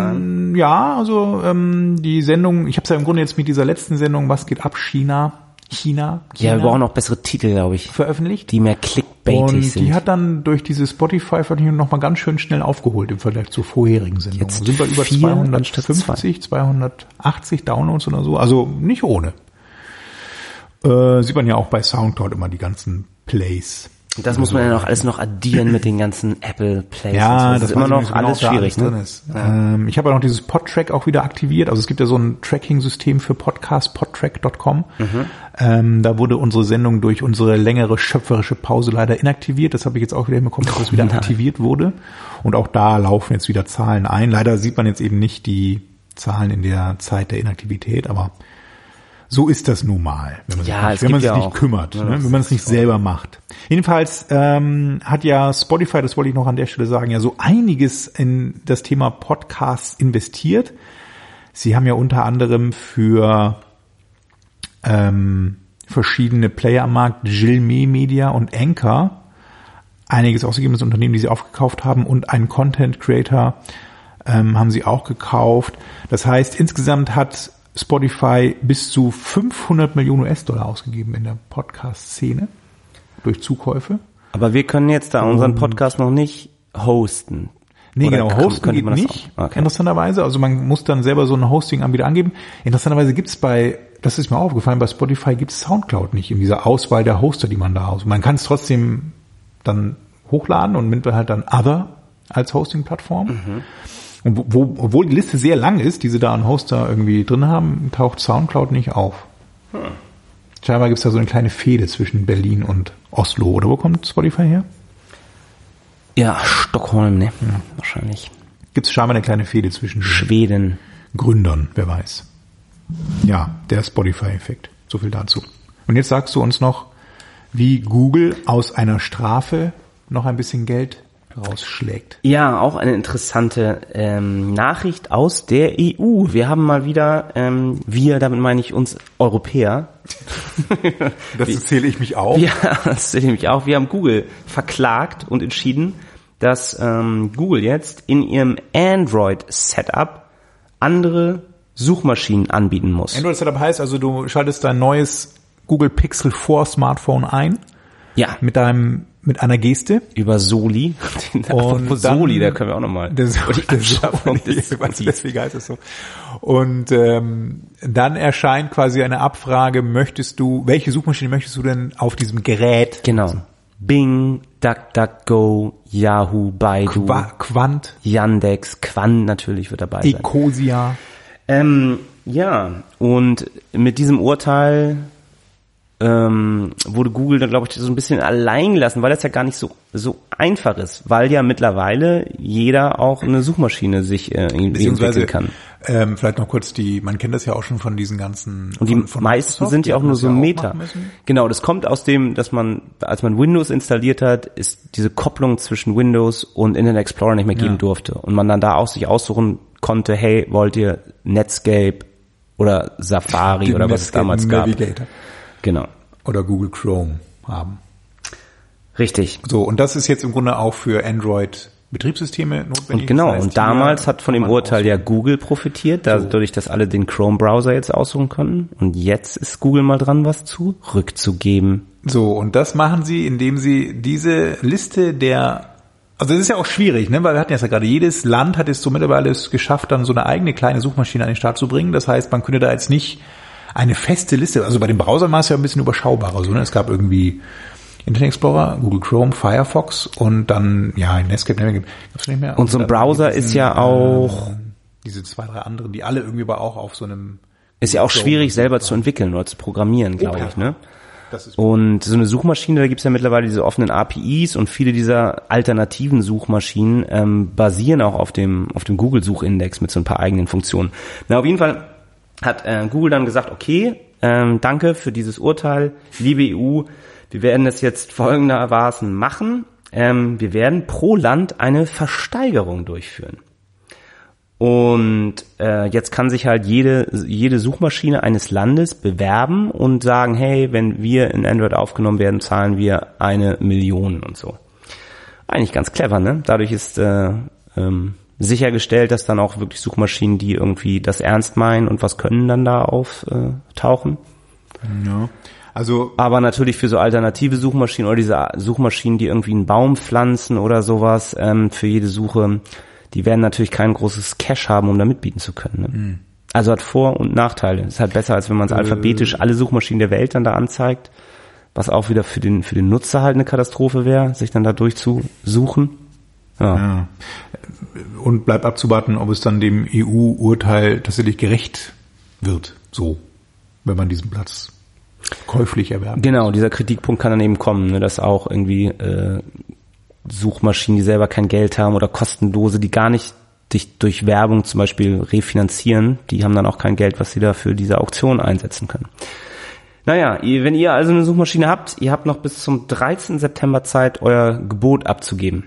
die Sendung, ich habe es ja im Grunde jetzt mit dieser letzten Sendung, was geht ab, China. Ja, wir brauchen auch bessere Titel, glaube ich. Veröffentlicht. Die mehr clickbaitig sind. Und die hat dann durch diese Spotify-Veröffentlichung nochmal ganz schön schnell aufgeholt im Vergleich zur vorherigen Sendung. Jetzt sind wir über 250, 280 Downloads oder so. Also nicht ohne. Sieht man ja auch bei Soundcloud immer die ganzen Plays. Das muss man ja noch alles noch addieren mit den ganzen Apple Plays. Ja, das ist immer noch alles schwierig. Drin ist. Ja. Ich habe ja noch dieses Podtrack auch wieder aktiviert. Also es gibt ja so ein Tracking-System für Podcast, podtrack.com. Da wurde unsere Sendung durch unsere längere schöpferische Pause leider inaktiviert. Das habe ich jetzt auch wieder hinbekommen, dass das wieder aktiviert wurde. Und auch da laufen jetzt wieder Zahlen ein. Leider sieht man jetzt eben nicht die Zahlen in der Zeit der Inaktivität, aber so ist das nun mal, wenn man sich nicht kümmert, wenn man es nicht selber macht. Jedenfalls hat ja Spotify, das wollte ich noch an der Stelle sagen, ja so einiges in das Thema Podcasts investiert. Sie haben ja unter anderem für verschiedene Player am Markt, Gilme Media und Anchor, einiges ausgegeben, das Unternehmen, die sie aufgekauft haben, und einen Content Creator haben sie auch gekauft. Das heißt, insgesamt hat Spotify bis zu 500 Millionen US-Dollar ausgegeben in der Podcast-Szene durch Zukäufe. Aber wir können jetzt da unseren Podcast noch nicht hosten. Nee, oder genau, hosten geht nicht, interessanterweise. Also man muss dann selber so einen Hosting-Anbieter angeben. Interessanterweise gibt's das ist mir aufgefallen, bei Spotify gibt's Soundcloud nicht in dieser Auswahl der Hoster, die man da aus. Man kann es trotzdem dann hochladen und nimmt halt dann Other als Hosting-Plattform. Und obwohl die Liste sehr lang ist, die sie da an Hoster irgendwie drin haben, taucht Soundcloud nicht auf. Scheinbar gibt es da so eine kleine Fehde zwischen Berlin und Oslo. Oder wo kommt Spotify her? Ja, Stockholm, ne? Ja. Wahrscheinlich. Gibt es scheinbar eine kleine Fehde zwischen Schweden. Gründern, wer weiß. Ja, der Spotify-Effekt. So viel dazu. Und jetzt sagst du uns noch, wie Google aus einer Strafe noch ein bisschen Geld rausschlägt. Ja, auch eine interessante Nachricht aus der EU. Wir haben mal wieder, damit meine ich uns Europäer. Das zähle ich mich auch. Ja, das zähle ich mich auch. Wir haben Google verklagt und entschieden, dass Google jetzt in ihrem Android-Setup andere Suchmaschinen anbieten muss. Android-Setup heißt also, du schaltest dein neues Google Pixel 4 Smartphone ein. Ja. Mit einer Geste. Über Soli. Und Soli, da können wir auch nochmal. Deswegen heißt es so. Und dann erscheint quasi eine Abfrage, welche Suchmaschine möchtest du denn auf diesem Gerät? Genau. Bing, DuckDuckGo, Yahoo, Baidu, Quant, Yandex, Quant natürlich wird dabei sein. Ecosia. Ja, und mit diesem Urteil wurde Google dann, glaube ich, so ein bisschen allein gelassen, weil das ja gar nicht so einfach ist, weil ja mittlerweile jeder auch eine Suchmaschine sich irgendwie entwickeln kann. Vielleicht noch kurz man kennt das ja auch schon von diesen ganzen. Und die meisten sind ja auch nur so Meta. Genau, das kommt aus dem, dass als man Windows installiert hat, ist diese Kopplung zwischen Windows und Internet Explorer nicht mehr geben durfte. Und man dann da auch sich aussuchen konnte, hey, wollt ihr Netscape oder Safari oder was es damals gab. Navigator. Genau. Oder Google Chrome haben. Richtig. So, und das ist jetzt im Grunde auch für Android-Betriebssysteme notwendig. Und genau, das heißt, und damals hat von dem Urteil ja Google profitiert, dadurch, dass alle den Chrome-Browser jetzt aussuchen konnten. Und jetzt ist Google mal dran, was zurückzugeben. So, und das machen sie, indem sie diese Liste also das ist ja auch schwierig, ne? Weil wir hatten ja gerade, jedes Land hat es so mittlerweile geschafft, dann so eine eigene kleine Suchmaschine an den Start zu bringen. Das heißt, man könnte da jetzt nicht eine feste Liste, also bei den Browsern war es ja ein bisschen überschaubarer, so, ne? Es gab irgendwie Internet Explorer, Google Chrome, Firefox und dann, Netscape, gab's nicht mehr. Und so ein Browser ist ja auch diese 2, 3 anderen, die alle irgendwie aber auch auf so einem ist ja auch schwierig selber zu entwickeln oder zu programmieren, glaube ich, ne? Das ist und so eine Suchmaschine, da gibt's ja mittlerweile diese offenen APIs und viele dieser alternativen Suchmaschinen basieren auch auf dem Google-Suchindex mit so ein paar eigenen Funktionen. Na, auf jeden Fall hat Google dann gesagt, okay, danke für dieses Urteil, liebe EU, wir werden das jetzt folgendermaßen machen. Wir werden pro Land eine Versteigerung durchführen. Und jetzt kann sich halt jede Suchmaschine eines Landes bewerben und sagen, hey, wenn wir in Android aufgenommen werden, zahlen wir 1 Million und so. Eigentlich ganz clever, ne? Dadurch ist sichergestellt, dass dann auch wirklich Suchmaschinen, die irgendwie das ernst meinen und was können, dann da auftauchen. Ja. Also, aber natürlich für so alternative Suchmaschinen oder diese Suchmaschinen, die irgendwie einen Baum pflanzen oder sowas, für jede Suche, die werden natürlich kein großes Cache haben, um da mitbieten zu können. Ne? Also hat Vor- und Nachteile. Ist halt besser, als wenn man es alphabetisch alle Suchmaschinen der Welt dann da anzeigt, was auch wieder für den Nutzer halt eine Katastrophe wäre, sich dann da durchzusuchen. Ja. Und bleibt abzuwarten, ob es dann dem EU-Urteil tatsächlich gerecht wird, so, wenn man diesen Platz käuflich erwerben. Genau, dieser Kritikpunkt kann dann eben kommen, ne, dass auch irgendwie Suchmaschinen, die selber kein Geld haben oder kostenlose, die gar nicht dich durch Werbung zum Beispiel refinanzieren, die haben dann auch kein Geld, was sie da für diese Auktion einsetzen können. Naja, wenn ihr also eine Suchmaschine habt, ihr habt noch bis zum 13. September Zeit, euer Gebot abzugeben.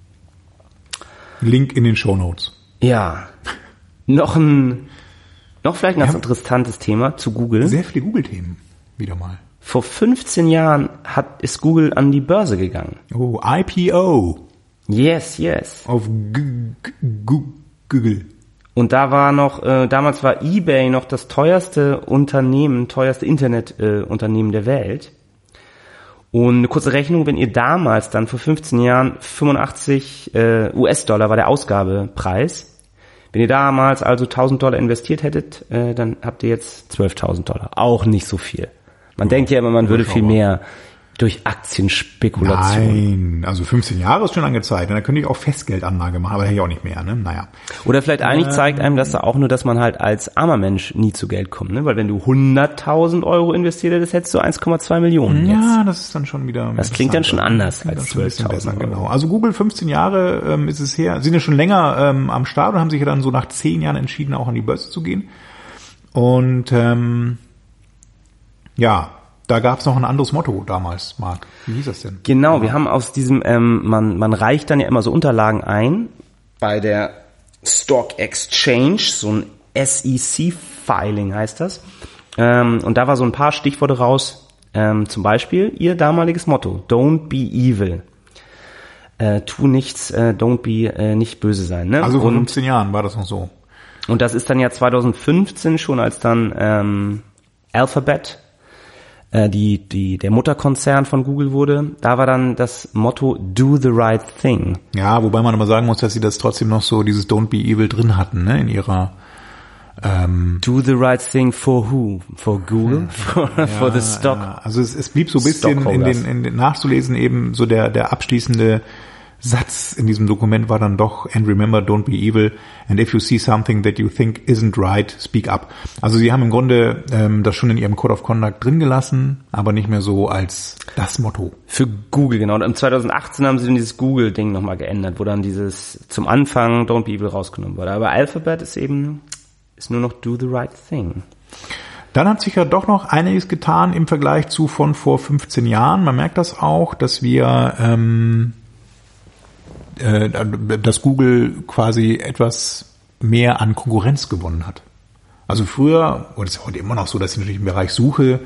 Link in den Shownotes. Ja. Noch vielleicht ein ganz interessantes Thema zu Google. Sehr viele Google-Themen, wieder mal. Vor 15 Jahren ist Google an die Börse gegangen. Oh, IPO. Yes. Auf Google. Und da war damals war eBay noch das teuerste Internetunternehmen der Welt. Und eine kurze Rechnung, wenn ihr damals dann vor 15 Jahren 85 US-Dollar war der Ausgabepreis. Wenn ihr damals also $1.000 investiert hättet, dann habt ihr jetzt $12.000. Auch nicht so viel. Man denkt ja immer, man würde viel mehr durch Aktienspekulation. Nein, also 15 Jahre ist schon lange Zeit. Dann könnte ich auch Festgeldanlage machen, aber hätte ich auch nicht mehr, ne? Naja. Oder vielleicht eigentlich zeigt einem das auch nur, dass man halt als armer Mensch nie zu Geld kommt, ne? Weil wenn du 100.000 Euro investiert hättest, hättest du 1,2 Millionen jetzt. Ja, das ist dann schon wieder. Das klingt dann schon anders als 12.000 Euro. Genau. Also Google 15 Jahre ist es her, sind ja schon länger am Start und haben sich ja dann so nach 10 Jahren entschieden, auch an die Börse zu gehen. Und da gab es noch ein anderes Motto damals, Marc. Wie hieß das denn? Genau, wir haben aus diesem, man reicht dann ja immer so Unterlagen ein bei der Stock Exchange, so ein SEC-Filing heißt das. Und da war so ein paar Stichworte raus, zum Beispiel ihr damaliges Motto, Don't be evil. Tu nichts, don't be, nicht böse sein. Ne? Also vor 15 Jahren war das noch so. Und das ist dann ja 2015 schon, als dann Alphabet, der Mutterkonzern von Google wurde. Da war dann das Motto Do the right thing. Ja, wobei man aber sagen muss, dass sie das trotzdem noch so, dieses Don't be evil drin hatten, ne, in ihrer Do the right thing for who? For Google? For the stock? Ja. Also es blieb so ein bisschen in den nachzulesen eben so der abschließende Satz in diesem Dokument war dann doch, and remember, don't be evil, and if you see something that you think isn't right, speak up. Also sie haben im Grunde das schon in ihrem Code of Conduct drin gelassen, aber nicht mehr so als das Motto. Für Google, genau. Und im 2018 haben sie dann dieses Google-Ding nochmal geändert, wo dann dieses zum Anfang don't be evil rausgenommen wurde. Aber Alphabet ist nur noch do the right thing. Dann hat sich ja doch noch einiges getan im Vergleich zu von vor 15 Jahren. Man merkt das auch, dass dass Google quasi etwas mehr an Konkurrenz gewonnen hat. Also früher, und es ist heute immer noch so, dass sie natürlich im Bereich Suche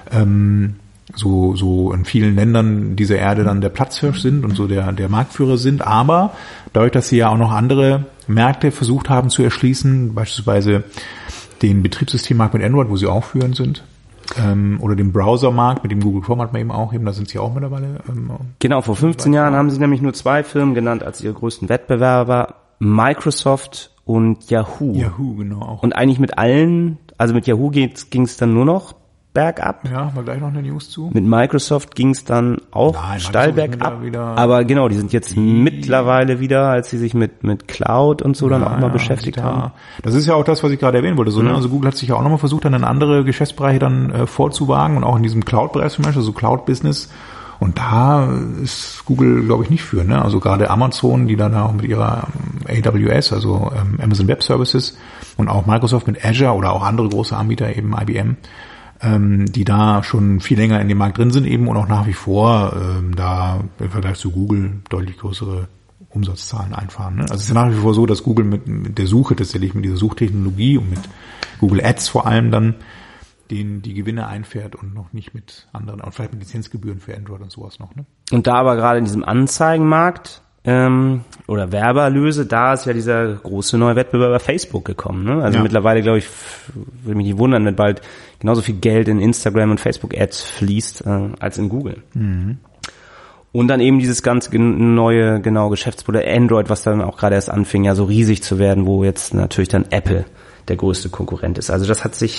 so in vielen Ländern dieser Erde dann der Platzhirsch sind und so der Marktführer sind, aber dadurch, dass sie ja auch noch andere Märkte versucht haben zu erschließen, beispielsweise den Betriebssystemmarkt mit Android, wo sie auch führend sind, oder den Browsermarkt, mit dem Google Chrome hat man eben auch, da sind sie auch mittlerweile. Genau, vor 15 Jahren haben sie nämlich nur 2 Firmen genannt als ihre größten Wettbewerber, Microsoft und Yahoo. Yahoo, genau. Auch. Und eigentlich mit allen, also mit Yahoo ging es dann nur noch bergab. Ja, haben wir gleich noch eine News zu. Mit Microsoft ging es dann auch steil bergab. Aber genau, die sind jetzt mittlerweile wieder, als sie sich mit Cloud und so dann auch mal beschäftigt haben. Das ist ja auch das, was ich gerade erwähnen wollte. So, ne? Also Google hat sich ja auch nochmal versucht, dann in andere Geschäftsbereiche dann vorzuwagen und auch in diesem Cloud-Bereich zum Beispiel, also Cloud-Business. Und da ist Google, glaube ich, nicht für. Ne? Also gerade Amazon, die dann auch mit ihrer AWS, also Amazon Web Services, und auch Microsoft mit Azure oder auch andere große Anbieter, eben IBM, die da schon viel länger in dem Markt drin sind eben und auch nach wie vor da im Vergleich zu Google deutlich größere Umsatzzahlen einfahren. Ne? Also es ist ja nach wie vor so, dass Google mit der Suche tatsächlich, mit dieser Suchtechnologie und mit Google Ads vor allem dann die Gewinne einfährt und noch nicht mit anderen, und vielleicht mit Lizenzgebühren für Android und sowas noch. Ne? Und da aber gerade in diesem Anzeigenmarkt oder Werbeerlöse, da ist ja dieser große neue Wettbewerber Facebook gekommen. Ne? Also mittlerweile, glaube ich, würde mich nicht wundern, wenn bald genauso viel Geld in Instagram und Facebook-Ads fließt als in Google. Mhm. Und dann eben dieses ganze neue, Geschäftsmodell Android, was dann auch gerade erst anfing, ja so riesig zu werden, wo jetzt natürlich dann Apple der größte Konkurrent ist. Also das hat sich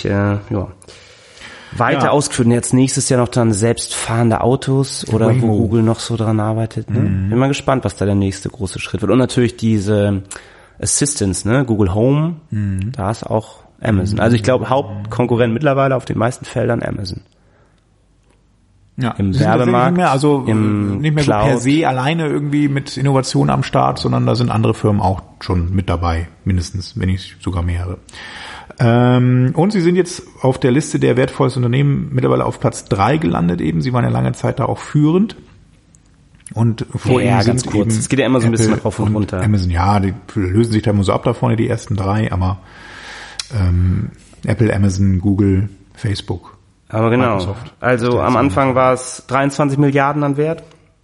weiter ausgeführt. Und jetzt nächstes Jahr noch dann selbstfahrende Autos oder wo Google noch so dran arbeitet. Ne? Bin mal gespannt, was da der nächste große Schritt wird. Und natürlich diese Assistants, ne? Google Home, da ist auch Amazon. Also ich glaube, Hauptkonkurrent mittlerweile auf den meisten Feldern Amazon. Ja, im Werbemarkt, nicht mehr, also im nicht mehr Cloud. So per se alleine irgendwie mit Innovation am Start, sondern da sind andere Firmen auch schon mit dabei, mindestens, wenn nicht sogar mehrere. Und sie sind jetzt auf der Liste der wertvollsten Unternehmen mittlerweile auf Platz 3 gelandet eben. Sie waren ja lange Zeit da auch führend. Und vor ihnen sind ganz kurz. Eben es geht ja immer so ein bisschen rauf und runter. Amazon, ja, die lösen sich da immer so ab da vorne, die ersten 3, aber Apple, Amazon, Google, Facebook. Aber genau, Microsoft. also am Anfang war es 23 Milliarden an Wert.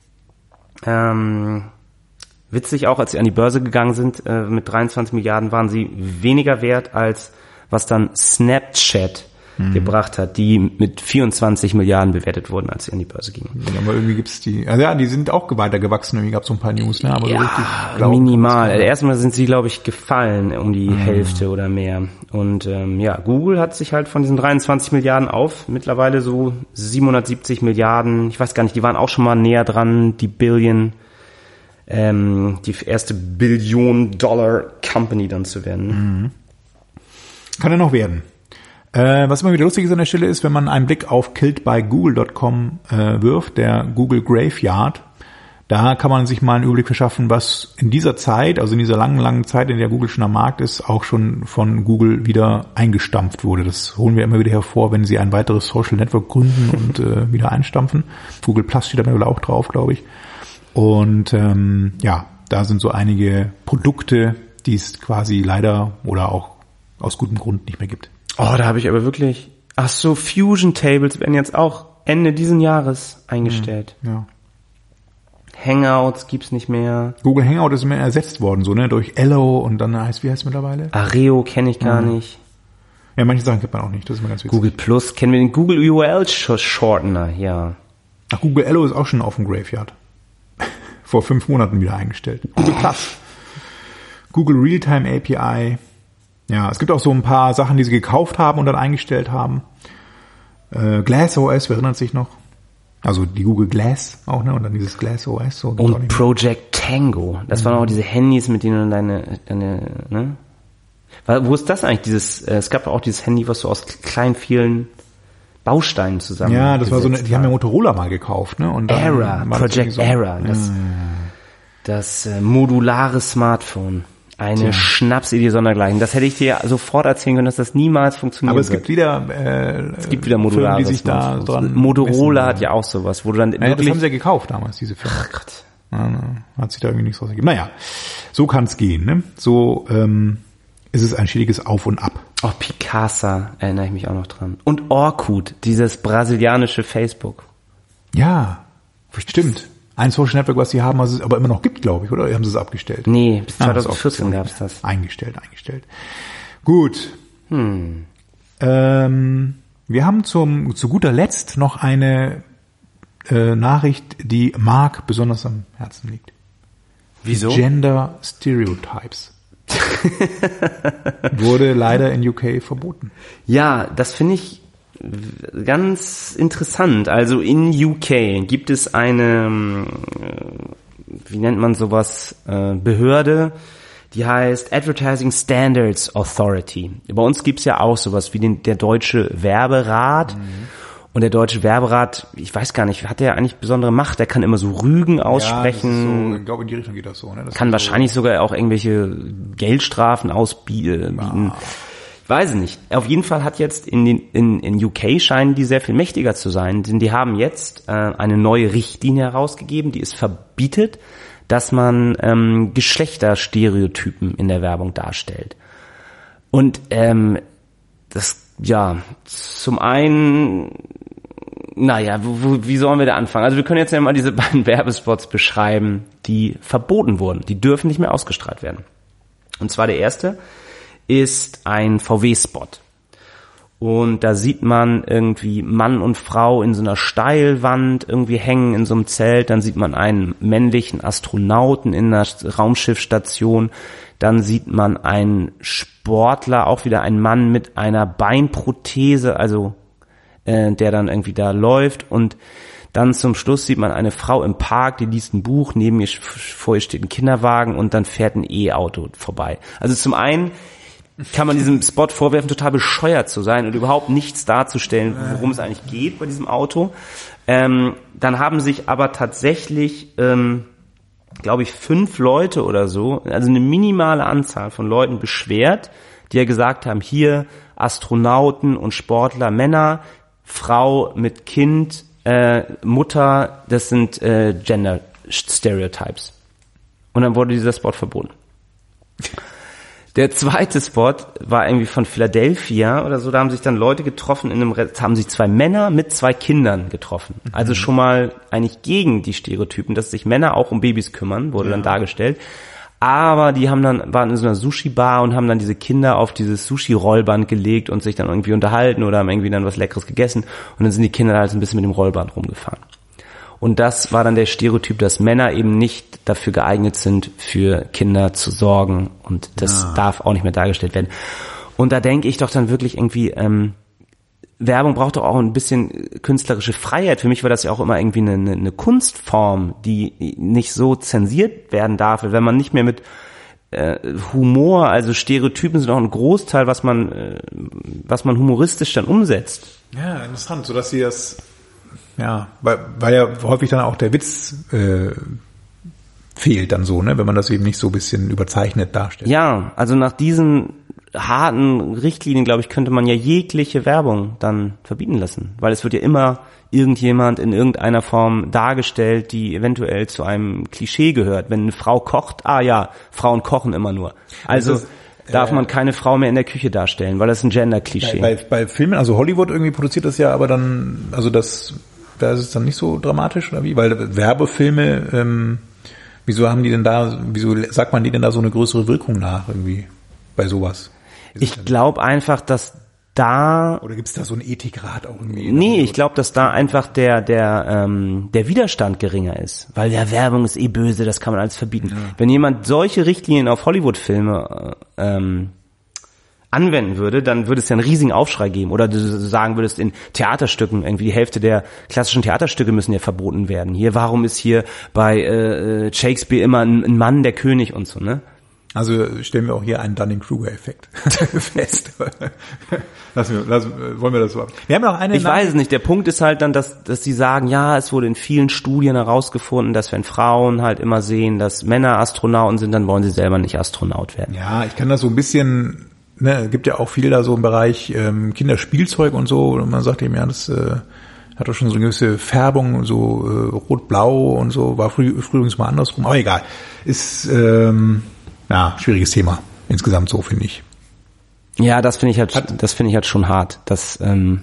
Witzig auch, als sie an die Börse gegangen sind, mit 23 Milliarden waren sie weniger wert, als was dann Snapchat gebracht hat, die mit 24 Milliarden bewertet wurden, als sie an die Börse gingen. Ja, aber irgendwie gibt's die, also ja, die sind auch weiter gewachsen, irgendwie gab's so ein paar News, ne? Aber ja, so richtig minimal. Also erstmal sind sie, glaube ich, gefallen um die Hälfte oder mehr. Und Google hat sich halt von diesen 23 Milliarden auf mittlerweile so 770 Milliarden, ich weiß gar nicht, die waren auch schon mal näher dran, die Billion, die erste Billion-Dollar-Company dann zu werden. Kann er noch werden. Was immer wieder lustig ist an der Stelle ist, wenn man einen Blick auf killedbygoogle.com wirft, der Google Graveyard, Da kann man sich mal einen Überblick verschaffen, was in dieser Zeit, also in dieser langen Zeit, in der Google schon am Markt ist, auch schon von Google wieder eingestampft wurde. Das holen wir immer wieder hervor, wenn sie ein weiteres Social Network gründen und wieder einstampfen. Google Plus steht da mittlerweile auch drauf, glaube ich. Und da sind so einige Produkte, die es quasi leider oder auch aus gutem Grund nicht mehr gibt. Oh, da habe ich aber wirklich... Ach so, Fusion Tables werden jetzt auch Ende diesen Jahres eingestellt. Ja. Hangouts gibt's nicht mehr. Google Hangout ist immer ersetzt worden, so, ne, durch Ello und dann wie heißt es mittlerweile? Areo kenne ich gar nicht. Ja, manche Sachen kennt man auch nicht, das ist immer ganz witzig. Google Plus kennen wir den Google URL Shortener, ja. Ach, Google Ello ist auch schon auf dem Graveyard. Vor 5 Monaten wieder eingestellt. Google Plus. Google Realtime API. Ja, es gibt auch so ein paar Sachen, die sie gekauft haben und dann eingestellt haben. Glass OS, wer erinnert sich noch? Also die Google Glass auch, ne? Und dann dieses Glass OS. So, und Project Tango. Das waren auch diese Handys, mit denen du deine ne? Wo ist das eigentlich? Es gab auch dieses Handy, was so aus kleinen, vielen Bausteinen zusammen. Ja, das war so die haben ja Motorola mal gekauft, ne? Und dann Project Era. Das modulare Smartphone. Eine Schnapsidee sondergleichen. Das hätte ich dir sofort erzählen können, dass das niemals funktionieren wird. Aber es gibt wieder modulare Firmen, die sich da dran Motorola hat ja auch sowas, wo du dann wirklich... Das haben sie ja gekauft damals, diese Firma. Ach Gott. Hat sich da irgendwie nichts rausgegeben. Naja, so kann es gehen, ne? So ist es ein stetiges Auf und Ab. Oh, Picasa, erinnere ich mich auch noch dran. Und Orkut, dieses brasilianische Facebook. Ja, stimmt. Ein Social Network, was sie haben, was es aber immer noch gibt, glaube ich, oder? Haben sie es abgestellt? Nee, bis 2014 gab es das. Eingestellt. Gut. Wir haben zu guter Letzt noch eine Nachricht, die Marc besonders am Herzen liegt. Wieso? Gender Stereotypes. Wurde leider in UK verboten. Ja, das finde ich ganz interessant. Also in UK gibt es eine, wie nennt man sowas, Behörde, die heißt Advertising Standards Authority. Bei uns gibt's ja auch sowas wie der Deutsche Werberat. Und der Deutsche Werberat, ich weiß gar nicht, hat der eigentlich besondere Macht? Der kann immer so Rügen aussprechen. Ja, ich glaube, in die Richtung geht das so. Ne? Das kann wahrscheinlich sogar auch irgendwelche Geldstrafen ausbieten. Ich weiß nicht. Auf jeden Fall hat jetzt in UK scheinen die sehr viel mächtiger zu sein, denn die haben jetzt eine neue Richtlinie herausgegeben, die es verbietet, dass man Geschlechterstereotypen in der Werbung darstellt. Und zum einen, wie sollen wir da anfangen? Also wir können jetzt ja mal diese beiden Werbespots beschreiben, die verboten wurden. Die dürfen nicht mehr ausgestrahlt werden. Und zwar der erste ist ein VW-Spot. Und da sieht man irgendwie Mann und Frau in so einer Steilwand irgendwie hängen in so einem Zelt. Dann sieht man einen männlichen Astronauten in einer Raumschiffstation. Dann sieht man einen Sportler, auch wieder einen Mann mit einer Beinprothese, also der dann irgendwie da läuft. Und dann zum Schluss sieht man eine Frau im Park, die liest ein Buch, vor ihr steht ein Kinderwagen und dann fährt ein E-Auto vorbei. Also zum einen kann man diesem Spot vorwerfen, total bescheuert zu sein und überhaupt nichts darzustellen, worum es eigentlich geht bei diesem Auto. Dann haben sich aber tatsächlich, glaube ich, 5 Leute oder so, also eine minimale Anzahl von Leuten beschwert, die ja gesagt haben, hier Astronauten und Sportler, Männer, Frau mit Kind, Mutter, das sind Gender Stereotypes. Und dann wurde dieser Spot verboten. Der zweite Spot war irgendwie von Philadelphia oder so, da haben sich dann Leute getroffen, haben sich 2 Männer mit 2 Kindern getroffen. Also schon mal eigentlich gegen die Stereotypen, dass sich Männer auch um Babys kümmern, wurde dann dargestellt. Aber die waren in so einer Sushi-Bar und haben dann diese Kinder auf dieses Sushi-Rollband gelegt und sich dann irgendwie unterhalten oder haben irgendwie dann was Leckeres gegessen und dann sind die Kinder halt ein bisschen mit dem Rollband rumgefahren. Und das war dann der Stereotyp, dass Männer eben nicht dafür geeignet sind, für Kinder zu sorgen. Und das darf auch nicht mehr dargestellt werden. Und da denke ich doch dann wirklich irgendwie, Werbung braucht doch auch ein bisschen künstlerische Freiheit. Für mich war das ja auch immer irgendwie eine Kunstform, die nicht so zensiert werden darf. Wenn man nicht mehr mit Humor, also Stereotypen sind auch ein Großteil, was man humoristisch dann umsetzt. Ja, interessant, so dass sie das... Ja, weil ja häufig dann auch der Witz fehlt dann so, ne, wenn man das eben nicht so ein bisschen überzeichnet darstellt. Ja, also nach diesen harten Richtlinien, glaube ich, könnte man ja jegliche Werbung dann verbieten lassen, weil es wird ja immer irgendjemand in irgendeiner Form dargestellt, die eventuell zu einem Klischee gehört. Wenn eine Frau kocht, Frauen kochen immer nur. Also darf man keine Frau mehr in der Küche darstellen, weil das ist ein Gender-Klischee. Bei Filmen, also Hollywood irgendwie produziert das ja, aber dann, also da ist es dann nicht so dramatisch, oder wie? Weil Werbefilme, wieso sagt man die denn da so eine größere Wirkung nach irgendwie bei sowas? Ich glaube einfach, dass da... Oder gibt es da so einen Ethikrat auch irgendwie? Nee, ich glaube, dass da einfach der Widerstand geringer ist. Weil Werbung ist böse, das kann man alles verbieten. Ja. Wenn jemand solche Richtlinien auf Hollywood-Filme anwenden würde, dann würde es ja einen riesigen Aufschrei geben. Oder du sagen würdest, in Theaterstücken, irgendwie die Hälfte der klassischen Theaterstücke müssen ja verboten werden. Warum ist hier bei Shakespeare immer ein Mann der König und so, ne? Also stellen wir auch hier einen Dunning-Kruger-Effekt fest. Wollen wir das so haben? Wir haben noch eine. Ich weiß es nicht. Der Punkt ist halt dann, dass sie sagen, ja, es wurde in vielen Studien herausgefunden, dass wenn Frauen halt immer sehen, dass Männer Astronauten sind, dann wollen sie selber nicht Astronaut werden. Ja, ich kann das so ein bisschen, ne, gibt ja auch viel da so im Bereich Kinderspielzeug und so. Und man sagt eben, ja, das hat doch schon so eine gewisse Färbung, so rot-blau und so. War früher übrigens mal andersrum. Aber egal. Ist schwieriges Thema. Insgesamt so, finde ich. Ja, das finde ich halt schon hart. Das,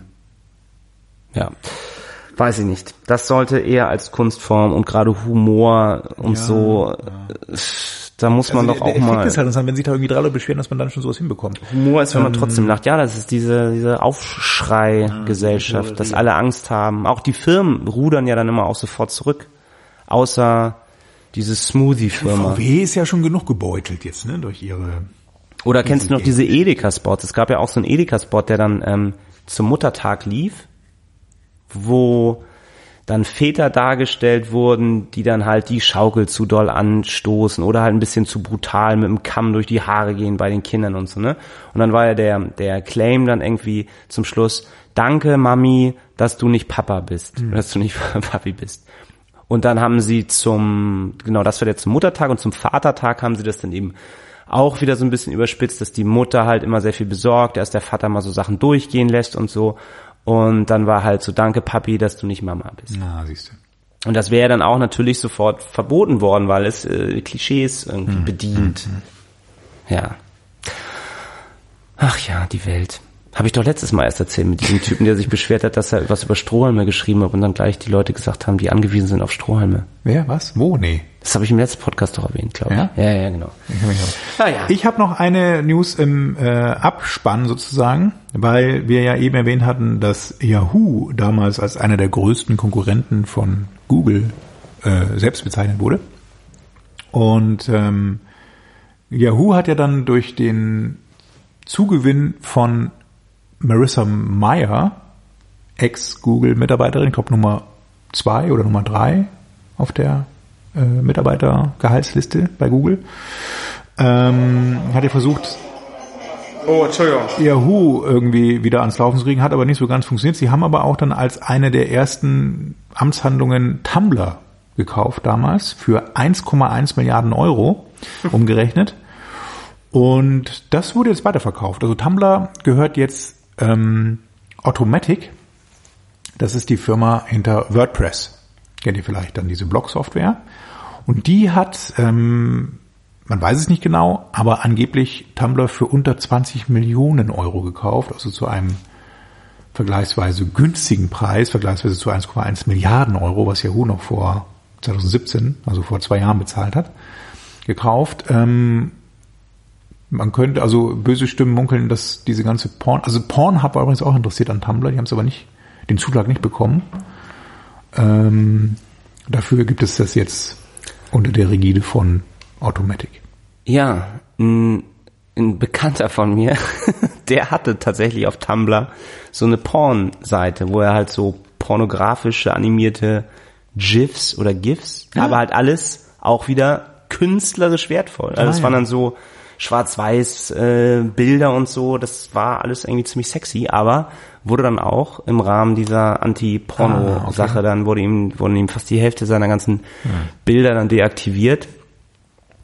weiß ich nicht. Das sollte eher als Kunstform und gerade Humor und da muss man doch auch mal... Der Effekt ist halt interessant, wenn sich da irgendwie 3 Leute beschweren, dass man dann schon sowas hinbekommt. Humor ist, wenn man trotzdem lacht. Ja, das ist diese Aufschrei-Gesellschaft, dass alle Angst haben. Auch die Firmen rudern ja dann immer auch sofort zurück. Außer diese Smoothie-Firma. VW ist ja schon genug gebeutelt jetzt, ne, durch ihre... Oder kennst du noch diese Edeka-Spots? Es gab ja auch so einen Edeka-Spot, der dann zum Muttertag lief, wo dann Väter dargestellt wurden, die dann halt die Schaukel zu doll anstoßen oder halt ein bisschen zu brutal mit dem Kamm durch die Haare gehen bei den Kindern und so, ne? Und dann war ja der Claim dann irgendwie zum Schluss, danke Mami, dass du nicht Papa bist, dass du nicht Papi bist. Und dann haben sie das war jetzt zum Muttertag und zum Vatertag haben sie das dann eben auch wieder so ein bisschen überspitzt, dass die Mutter halt immer sehr viel besorgt, dass der Vater mal so Sachen durchgehen lässt und so. Und dann war halt so, danke Papi, dass du nicht Mama bist. Na, siehst du. Und das wäre dann auch natürlich sofort verboten worden, weil es Klischees irgendwie bedient. Ja. Ach ja, die Welt. Habe ich doch letztes Mal erst erzählt mit diesem Typen, der sich beschwert hat, dass er was über Strohhalme geschrieben hat und dann gleich die Leute gesagt haben, die angewiesen sind auf Strohhalme. Wer? Was? Wo? Nee. Das habe ich im letzten Podcast doch erwähnt, glaube ich. Ja, genau. Ich habe noch eine News im Abspann sozusagen, weil wir ja eben erwähnt hatten, dass Yahoo damals als einer der größten Konkurrenten von Google selbst bezeichnet wurde. Und Yahoo hat ja dann durch den Zugewinn von Marissa Mayer, Ex-Google-Mitarbeiterin, ich glaube Nummer 2 oder Nummer 3 auf der Mitarbeitergehaltsliste bei Google, hat er versucht, Yahoo irgendwie wieder ans Laufen zu kriegen, hat aber nicht so ganz funktioniert. Sie haben aber auch dann als eine der ersten Amtshandlungen Tumblr gekauft damals für 1,1 Milliarden Euro umgerechnet. Und das wurde jetzt weiterverkauft. Also Tumblr gehört jetzt Automatic. Das ist die Firma hinter WordPress. Kennt ihr vielleicht dann diese Blog-Software? Und die hat, man weiß es nicht genau, aber angeblich Tumblr für unter 20 Millionen Euro gekauft. Also zu einem vergleichsweise günstigen Preis, vergleichsweise zu 1,1 Milliarden Euro, was Yahoo noch vor 2017, also vor 2 Jahren bezahlt hat, gekauft. Man könnte, also böse Stimmen munkeln, dass diese ganze Pornhub war übrigens auch interessiert an Tumblr, die haben es aber nicht, den Zuschlag nicht bekommen. Dafür gibt es das jetzt unter der Rigide von Automatic. Ja, ein Bekannter von mir, der hatte tatsächlich auf Tumblr so eine Porn-Seite, wo er halt so pornografische, animierte GIFs, aber halt alles auch wieder künstlerisch wertvoll. Also es waren dann so Schwarz-Weiß Bilder und so, das war alles irgendwie ziemlich sexy, aber wurde dann auch im Rahmen dieser Anti-Porno-Sache, dann wurden ihm fast die Hälfte seiner ganzen Bilder dann deaktiviert.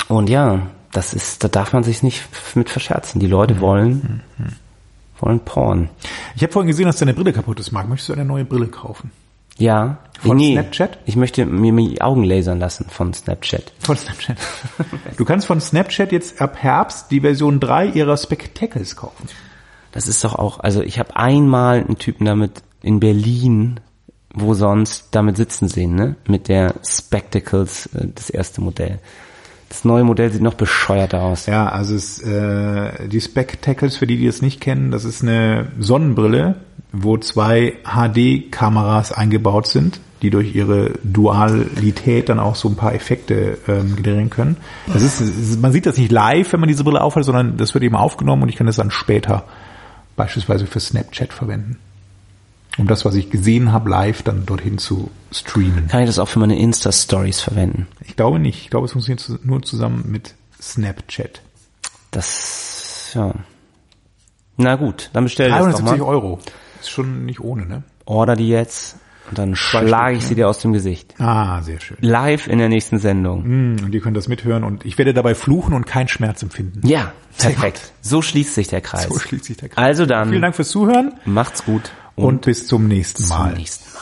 Und ja, da darf man sich nicht mit verscherzen. Die Leute wollen Porn. Ich habe vorhin gesehen, dass deine Brille kaputt ist, Marc. Möchtest du eine neue Brille kaufen? Ja. Von Snapchat? Ich möchte mir die Augen lasern lassen von Snapchat. Von Snapchat. Du kannst von Snapchat jetzt ab Herbst die Version 3 ihrer Spectacles kaufen. Das ist doch auch, also ich habe einmal einen Typen damit in Berlin, wo sonst, damit sitzen sehen, ne? Mit der Spectacles, das erste Modell. Das neue Modell sieht noch bescheuerter aus. Ja, also die Spectacles, für die das nicht kennen, das ist eine Sonnenbrille, wo 2 HD-Kameras eingebaut sind, die durch ihre Dualität dann auch so ein paar Effekte generieren können. Man sieht das nicht live, wenn man diese Brille aufhat, sondern das wird eben aufgenommen und ich kann das dann später beispielsweise für Snapchat verwenden. Um das, was ich gesehen habe, live dann dorthin zu streamen. Kann ich das auch für meine Insta-Stories verwenden? Ich glaube nicht. Ich glaube, es funktioniert nur zusammen mit Snapchat. Ja. Na gut, dann bestell das doch mal. 370 €. Ist schon nicht ohne, ne? Order die jetzt und dann schlage ich sie dir aus dem Gesicht. Ah, sehr schön. Live in der nächsten Sendung. Und ihr könnt das mithören und ich werde dabei fluchen und keinen Schmerz empfinden. Ja, perfekt. So schließt sich der Kreis. So schließt sich der Kreis. Also dann. Vielen Dank fürs Zuhören. Macht's gut. Und bis zum nächsten Mal. Zum nächsten Mal.